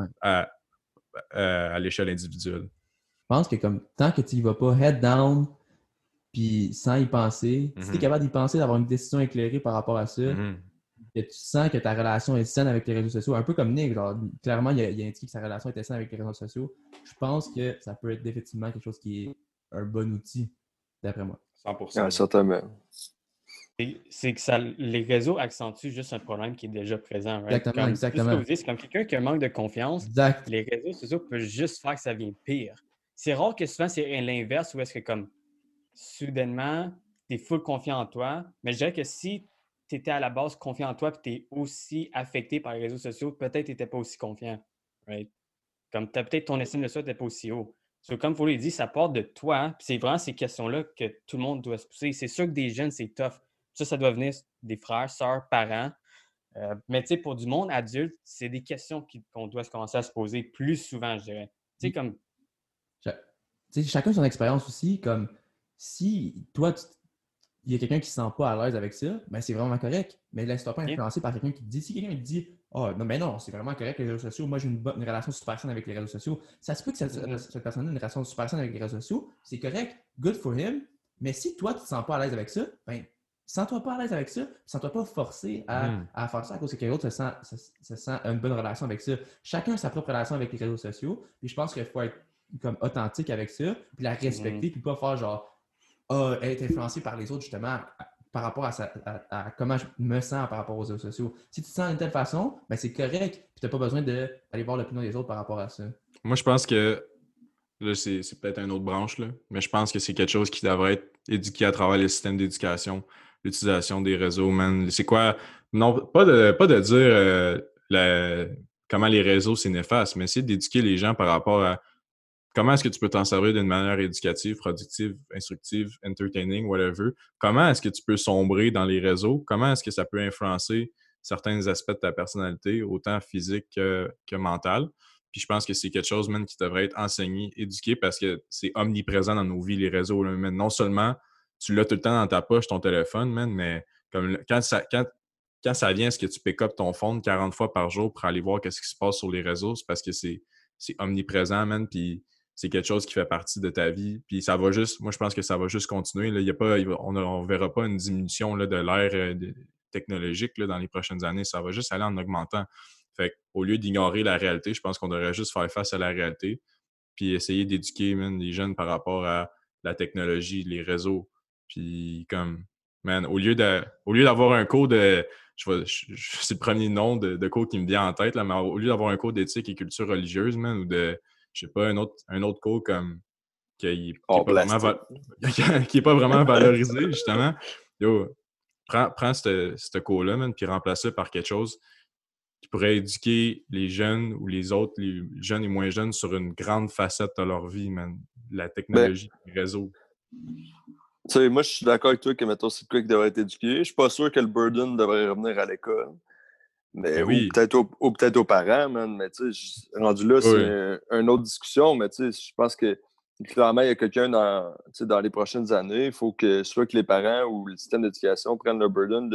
à l'échelle individuelle. Je pense que comme tant que tu y vas pas head down puis sans y penser, si tu es capable d'y penser, d'avoir une décision éclairée par rapport à ça, que tu sens que ta relation est saine avec les réseaux sociaux, un peu comme Nick, genre, clairement, il a indiqué que sa relation était saine avec les réseaux sociaux. Je pense que ça peut être effectivement quelque chose qui est un bon outil, d'après moi. 100%. Certainement. c'est que les réseaux accentuent juste un problème qui est déjà présent, right? Exactement, Tout ce que exactement. vous dites, c'est comme quelqu'un qui a un manque de confiance, Exact. les réseaux sociaux peuvent juste faire que ça devient pire. C'est rare que souvent, c'est l'inverse où est-ce que comme soudainement, tu es full confiant en toi, mais je dirais que si tu étais à la base confiant en toi et tu es aussi affecté par les réseaux sociaux, peut-être tu n'étais pas aussi confiant, right? Comme peut-être ton estime de soi n'était pas aussi haut. So, comme vous l'avez dit, ça part de toi. Puis c'est vraiment ces questions-là que tout le monde doit se poser. C'est sûr que des jeunes, c'est tough. Ça doit venir des frères, sœurs, parents. Mais tu sais, pour du monde adulte, c'est des questions qu'on doit commencer à se poser plus souvent, je dirais. Tu sais, comme. Chacun son expérience aussi. Comme si toi, il y a quelqu'un qui ne se sent pas à l'aise avec ça, ben c'est vraiment correct. Mais laisse-toi pas influencer par quelqu'un qui te dit. Si quelqu'un te dit oh, non, mais non, c'est vraiment correct les réseaux sociaux, moi j'ai une relation super saine avec les réseaux sociaux. Ça se peut que cette personne a une relation super saine avec les réseaux sociaux, c'est correct, good for him. Mais si toi, tu ne te sens pas à l'aise avec ça, ben sens-toi pas à l'aise avec ça, sens-toi pas forcé à faire ça à cause que quelqu'un d'autre se sent une bonne relation avec ça. Chacun a sa propre relation avec les réseaux sociaux. Puis je pense qu'il faut être comme authentique avec ça, puis la respecter, puis pas faire genre être influencé par les autres, justement, par rapport à comment je me sens par rapport aux réseaux sociaux. Si tu te sens d'une telle façon, ben c'est correct, puis tu n'as pas besoin d'aller voir l'opinion des autres par rapport à ça. Moi, je pense que, là, c'est peut-être une autre branche, là, mais je pense que c'est quelque chose qui devrait être éduqué à travers le système d'éducation, l'utilisation des réseaux, man. C'est quoi? Non, pas de dire comment les réseaux, c'est néfaste, mais essayer d'éduquer les gens par rapport à comment est-ce que tu peux t'en servir d'une manière éducative, productive, instructive, entertaining, whatever. Comment est-ce que tu peux sombrer dans les réseaux? Comment est-ce que ça peut influencer certains aspects de ta personnalité, autant physique que mentale? Puis je pense que c'est quelque chose, même, qui devrait être enseigné, éduqué, parce que c'est omniprésent dans nos vies, les réseaux. Là. Mais non seulement tu l'as tout le temps dans ta poche, ton téléphone, man, mais comme quand ça vient, est-ce que tu pick up ton phone 40 fois par jour pour aller voir qu'est-ce qui se passe sur les réseaux? C'est parce que c'est omniprésent, man, puis c'est quelque chose qui fait partie de ta vie. Puis ça va juste, moi je pense que ça va juste continuer. Là. On verra pas une diminution là, de l'ère technologique là, dans les prochaines années. Ça va juste aller en augmentant. Fait qu'au lieu d'ignorer la réalité, je pense qu'on devrait juste faire face à la réalité. Puis essayer d'éduquer les jeunes par rapport à la technologie, les réseaux. Puis comme, man, au lieu d'avoir un cours de. C'est le premier nom de cours qui me vient en tête, là, mais au lieu d'avoir un cours d'éthique et culture religieuse, man, ou de je sais pas, un autre cours comme qui n'est pas vraiment valorisé, justement. Yo, prends ce cours-là, man, puis remplace-le par quelque chose qui pourrait éduquer les jeunes ou les autres, les jeunes et moins jeunes, sur une grande facette de leur vie, man. La technologie, les réseaux. Tu sais, moi, je suis d'accord avec toi que, mettons, c'est quoi qui devrait être éduqué. Je suis pas sûr que le burden devrait revenir à l'école. Mais, oui. Ou peut-être aux parents, man. Mais tu sais, rendu là, c'est une autre discussion. Mais tu sais, je pense que clairement, il y a quelqu'un dans les prochaines années. Il faut que soit que les parents ou le système d'éducation prennent le burden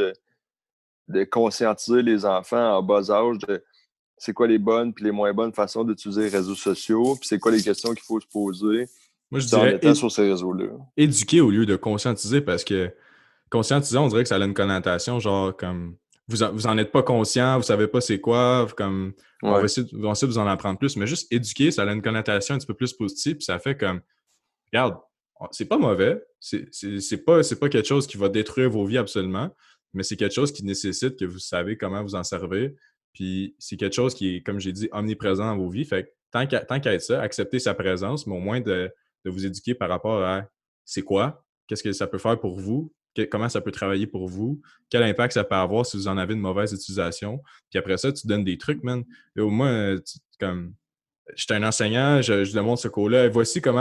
de conscientiser les enfants en bas âge de c'est quoi les bonnes puis les moins bonnes façons d'utiliser les réseaux sociaux, puis c'est quoi les questions qu'il faut se poser. Moi, je dirais sur ces réseaux-là. Éduquer au lieu de conscientiser, parce que conscientiser, on dirait que ça a une connotation genre comme vous en êtes pas conscient, vous savez pas c'est quoi, comme on va essayer de vous en apprendre plus, mais juste éduquer, ça a une connotation un petit peu plus positive, puis ça fait comme regarde, c'est pas mauvais, c'est pas quelque chose qui va détruire vos vies absolument, mais c'est quelque chose qui nécessite que vous savez comment vous en servir, puis c'est quelque chose qui est, comme j'ai dit, omniprésent dans vos vies, fait que tant qu'à être ça, accepter sa présence, mais au moins de vous éduquer par rapport à c'est quoi, qu'est-ce que ça peut faire pour vous, comment ça peut travailler pour vous, quel impact ça peut avoir si vous en avez une mauvaise utilisation. Puis après ça, tu donnes des trucs, man. Et au moins, comme je suis un enseignant, je demande ce cours-là.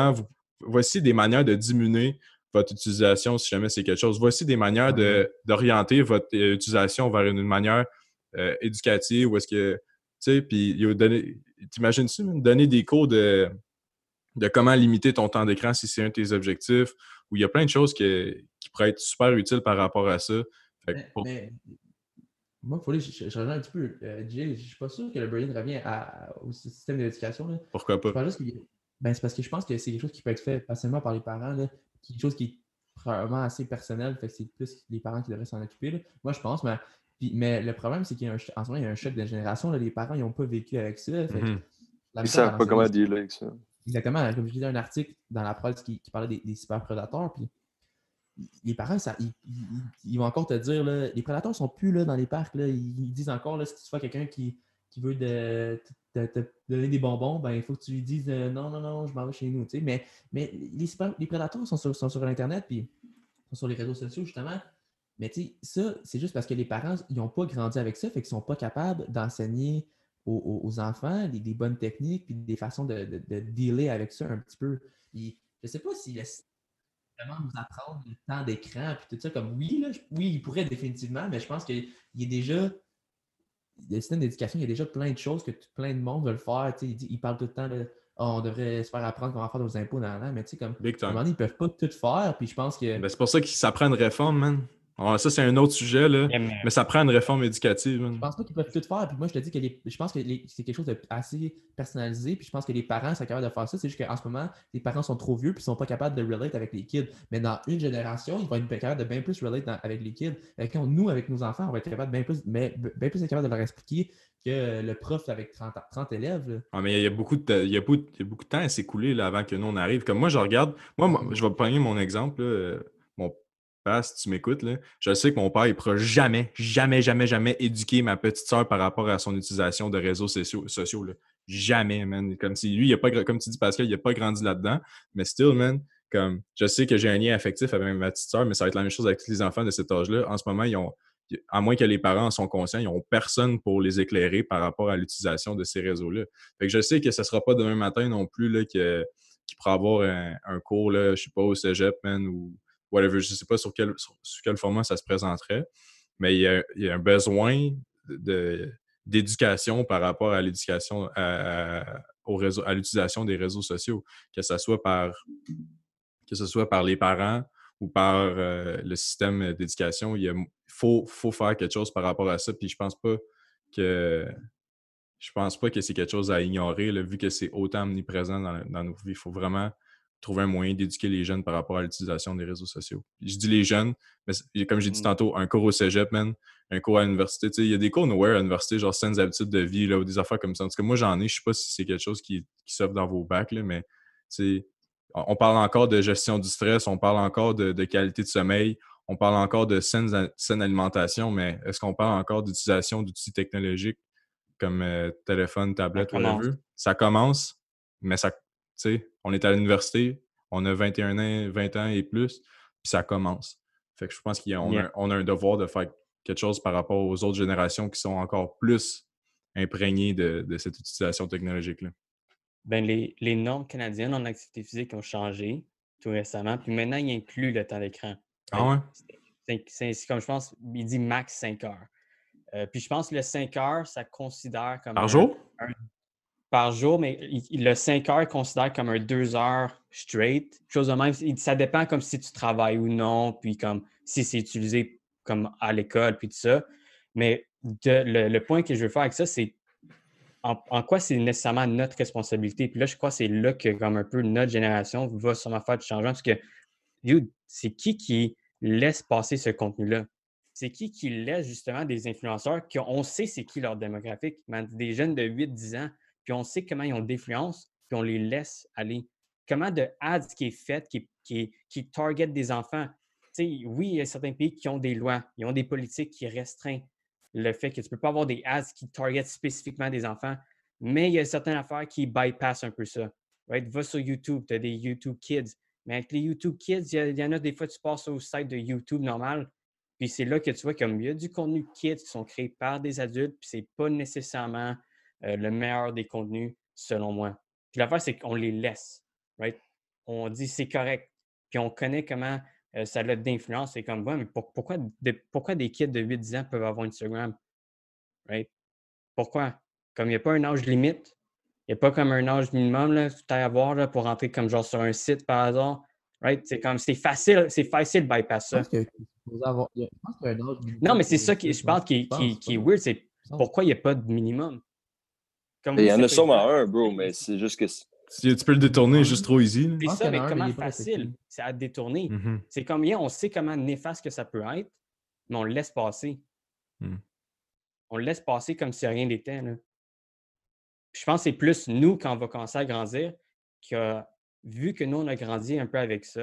Voici des manières de diminuer votre utilisation si jamais c'est quelque chose. Voici des manières d'orienter votre utilisation vers une manière éducative où est-ce que, tu sais, puis t'imagines-tu, donner des cours de comment limiter ton temps d'écran si c'est un de tes objectifs, où il y a plein de choses qui pourraient être super utiles par rapport à ça. Mais moi, il faut je reviens un petit peu. Jay, je ne suis pas sûr que le burden revient au système d'éducation. Là. Pourquoi pas? C'est parce que je pense que c'est quelque chose qui peut être fait facilement par les parents. Là, quelque chose qui est probablement assez personnel. Fait que c'est plus les parents qui devraient s'en occuper. Là. Moi, je pense. Mais le problème, c'est qu'en ce moment, il y a un choc de génération. Là, les parents, ils n'ont pas vécu avec ça. Fait ils ne savent pas comment dealer avec ça. Exactement. Comme je lisais un article dans la presse qui parlait des cyberprédateurs. Puis les parents, ils vont encore te dire, là, les prédateurs ne sont plus là, dans les parcs. Là, ils disent encore, là, si tu vois quelqu'un qui veut te donner des bonbons, ben, il faut que tu lui dises non, non, non, je m'en vais chez nous. Tu sais. Mais les prédateurs sont sur Internet, puis sont sur les réseaux sociaux, justement. Mais tu sais, ça, c'est juste parce que les parents, ils n'ont pas grandi avec ça, fait qu'ils ne sont pas capables d'enseigner aux enfants des bonnes techniques, puis des façons de dealer avec ça un petit peu. Puis, je ne sais pas si vraiment nous apprendre le temps d'écran, puis tout ça, comme oui, là, oui, il pourrait définitivement, mais je pense qu'il y a déjà, le système d'éducation, il y a déjà plein de choses que plein de monde veulent faire. Ils parlent tout le temps de on devrait se faire apprendre comment faire nos impôts dans mais tu sais, comme Big à un time. moment donné, ils ne peuvent pas tout faire, puis je pense que. Ben, c'est pour ça que ça prend une réforme, man. Alors, ça, c'est un autre sujet, là. Mais ça prend une réforme éducative, man. Je pense pas qu'ils peuvent tout faire. Puis moi, je te dis que je pense que c'est quelque chose d'assez personnalisé. Puis je pense que les parents sont capables de faire ça. C'est juste qu'en ce moment, les parents sont trop vieux puis ils sont pas capables de relate avec les kids. Mais dans une génération, ils vont être capables de bien plus relate avec les kids. Nous, avec nos enfants, on va être capable de bien plus être capable de leur expliquer que le prof avec 30 élèves. Là. Ah, mais il y a beaucoup de temps à s'écouler là, avant que nous, on arrive. Comme moi, je regarde. Moi, je vais prendre mon exemple. Là, mon père, si tu m'écoutes, là, je sais que mon père, il ne pourra jamais éduquer ma petite sœur par rapport à son utilisation de réseaux sociaux là. Jamais, man. Comme si lui, comme tu dis, Pascal, il n'a pas grandi là-dedans. Mais still, man, comme je sais que j'ai un lien affectif avec ma petite sœur, mais ça va être la même chose avec tous les enfants de cet âge-là. En ce moment, à moins que les parents en sont conscients, ils n'ont personne pour les éclairer par rapport à l'utilisation de ces réseaux-là. Fait que je sais que ce ne sera pas demain matin non plus là, qu'il pourra avoir un cours, là, je ne sais pas, au cégep, man, ou whatever. Je ne sais pas sur quel format ça se présenterait, mais il y a un besoin d'éducation par rapport à l'éducation à l'utilisation des réseaux sociaux, que ce soit par les parents ou par le système d'éducation. Il faut faire quelque chose par rapport à ça. Puis je pense pas que c'est quelque chose à ignorer, là, vu que c'est autant omniprésent dans nos vies. Il faut vraiment trouver un moyen d'éduquer les jeunes par rapport à l'utilisation des réseaux sociaux. Je dis les jeunes, mais comme j'ai dit tantôt, un cours au cégep, man, un cours à l'université. Il y a des cours nowhere à l'université, genre saines habitudes de vie, là, ou des affaires comme ça. En tout cas, moi, j'en ai. Je sais pas si c'est quelque chose qui s'offre dans vos bacs, là, mais on parle encore de gestion du stress, on parle encore de qualité de sommeil, on parle encore de saine alimentation, mais est-ce qu'on parle encore d'utilisation d'outils technologiques comme téléphone, tablette, whatever? Ça commence, mais on est à l'université, on a 21 ans, 20 ans et plus, puis ça commence. Fait que je pense qu'on a un devoir de faire quelque chose par rapport aux autres générations qui sont encore plus imprégnées de cette utilisation technologique-là. Ben, les normes canadiennes en activité physique ont changé tout récemment. Puis maintenant, ils incluent le temps d'écran. Ah ouais? C'est comme je pense, il dit max 5 heures. Puis je pense que le 5 heures, ça considère comme. Par jour? Par jour, mais le 5 heures considère comme un 2 heures straight. Chose de même, ça dépend comme si tu travailles ou non, puis comme si c'est utilisé comme à l'école, puis tout ça. Mais le point que je veux faire avec ça, c'est en quoi c'est nécessairement notre responsabilité. Puis là, je crois que c'est là que comme un peu notre génération va sûrement faire du changement parce que, dude, c'est qui laisse passer ce contenu-là? C'est qui laisse justement des influenceurs on sait c'est qui leur démographique, des jeunes de 8-10 ans, puis on sait comment ils ont d'influence, puis on les laisse aller. Comment de ads qui est fait, qui target des enfants? Oui, il y a certains pays qui ont des lois, ils ont des politiques qui restreignent le fait que tu ne peux pas avoir des ads qui targetent spécifiquement des enfants, mais il y a certaines affaires qui bypassent un peu ça. Right? Va sur YouTube, tu as des YouTube Kids. Mais avec les YouTube Kids, il y en a des fois, tu passes au site de YouTube normal, puis c'est là que tu vois comme il y a du contenu Kids qui sont créés par des adultes, puis c'est pas nécessairement le meilleur des contenus, selon moi. Puis l'affaire, c'est qu'on les laisse. Right? On dit c'est correct. Puis on connaît comment ça a d'influence. C'est comme, ouais, mais pourquoi des kids de 8-10 ans peuvent avoir Instagram? Right? Pourquoi? Comme il n'y a pas un âge limite, il n'y a pas comme un âge minimum là, tout à avoir là, pour rentrer comme genre sur un site par hasard. Right? C'est comme c'est facile de bypass ça. Je pense qu'il y a un âge minimum. Non, mais c'est ça je pense qui est weird, c'est pourquoi il n'y a pas de minimum. Il y en a sûrement un, bro, mais c'est juste que. Tu peux le détourner juste trop easy. C'est ça, mais comment facile c'est à détourner. Mm-hmm. C'est comme, on sait comment néfaste que ça peut être, mais on le laisse passer. On le laisse passer comme si rien n'était. Je pense que c'est plus nous, quand on va commencer à grandir, que vu que nous, on a grandi un peu avec ça,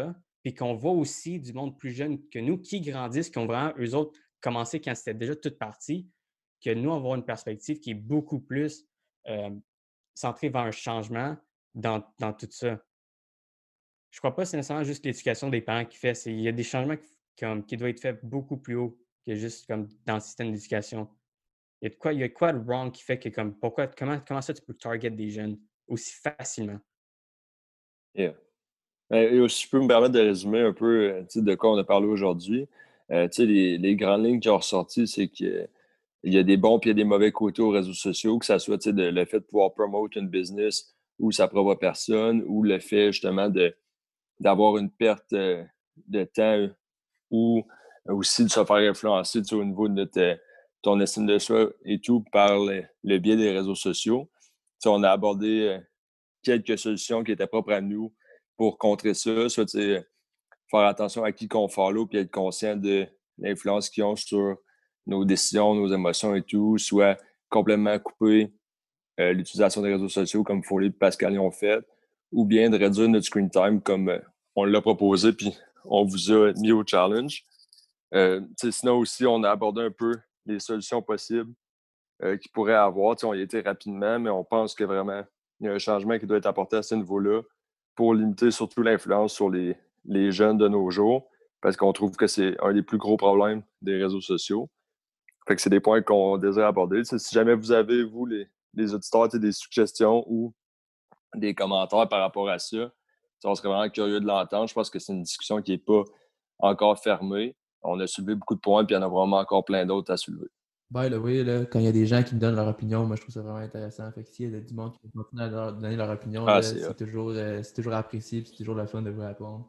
puis qu'on voit aussi du monde plus jeune que nous qui grandissent, qui ont vraiment, eux autres, commencé quand c'était déjà toute partie, que nous, on va avoir une perspective qui est beaucoup plus centrée vers un changement dans tout ça. Je crois pas que c'est nécessairement juste l'éducation des parents qui fait. Il y a des changements qui doivent être faits beaucoup plus haut que juste comme dans le système d'éducation. Il y a quoi de wrong qui fait que comme comment ça tu peux target des jeunes aussi facilement? Yeah. Et aussi, je peux me permettre de résumer un peu de quoi on a parlé aujourd'hui. Les grandes lignes qui ont ressorti, c'est qu'il y a des bons et il y a des mauvais côtés aux réseaux sociaux, que ce soit le fait de pouvoir promouvoir une business ou sa propre personne, ou le fait justement d'avoir une perte de temps ou aussi de se faire influencer au niveau de ton estime de soi et tout par le biais des réseaux sociaux. On a abordé quelques solutions qui étaient propres à nous pour contrer ça, soit faire attention à qui qu'on follow puis être conscient de l'influence qu'ils ont sur nos décisions, nos émotions et tout, soit complètement couper l'utilisation des réseaux sociaux comme Foley et Pascal ont fait, ou bien de réduire notre screen time comme on l'a proposé puis on vous a mis au challenge. Sinon aussi, on a abordé un peu les solutions possibles qu'ils pourraient avoir. On y était rapidement, mais on pense que vraiment, il y a un changement qui doit être apporté à ce niveau-là pour limiter surtout l'influence sur les jeunes de nos jours, parce qu'on trouve que c'est un des plus gros problèmes des réseaux sociaux. Fait que c'est des points qu'on désire aborder. Si jamais vous avez, vous, les auditeurs, des suggestions ou des commentaires par rapport à ça, on serait vraiment curieux de l'entendre. Je pense que c'est une discussion qui n'est pas encore fermée. On a soulevé beaucoup de points, puis il y en a vraiment encore plein d'autres à soulever. By the way, là, quand il y a des gens qui me donnent leur opinion, moi je trouve ça vraiment intéressant. Fait que s'il y a du monde qui continue à donner leur opinion, c'est toujours apprécié et c'est toujours le fun de vous répondre.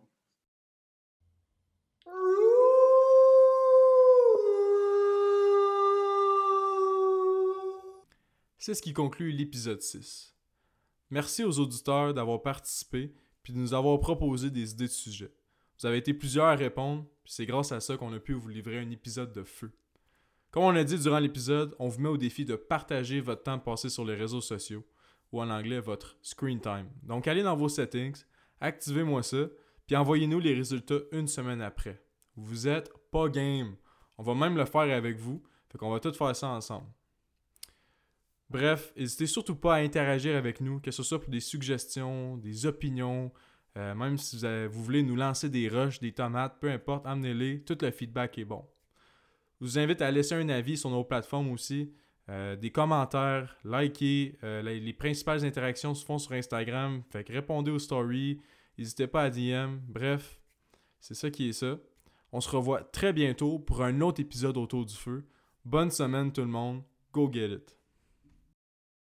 C'est ce qui conclut l'épisode 6. Merci aux auditeurs d'avoir participé puis de nous avoir proposé des idées de sujets. Vous avez été plusieurs à répondre, puis c'est grâce à ça qu'on a pu vous livrer un épisode de feu. Comme on a dit durant l'épisode, on vous met au défi de partager votre temps passé sur les réseaux sociaux, ou en anglais votre screen time. Donc allez dans vos settings, activez-moi ça, puis envoyez-nous les résultats une semaine après. Vous êtes pas game. On va même le faire avec vous, fait qu'on va tout faire ça ensemble. Bref, n'hésitez surtout pas à interagir avec nous, que ce soit pour des suggestions, des opinions, même si vous voulez nous lancer des rushs, des tomates, peu importe, amenez-les, tout le feedback est bon. Je vous invite à laisser un avis sur nos plateformes aussi, des commentaires, likez, les principales interactions se font sur Instagram, fait que répondez aux stories, n'hésitez pas à DM, bref, c'est ça qui est ça. On se revoit très bientôt pour un autre épisode autour du feu. Bonne semaine tout le monde, go get it!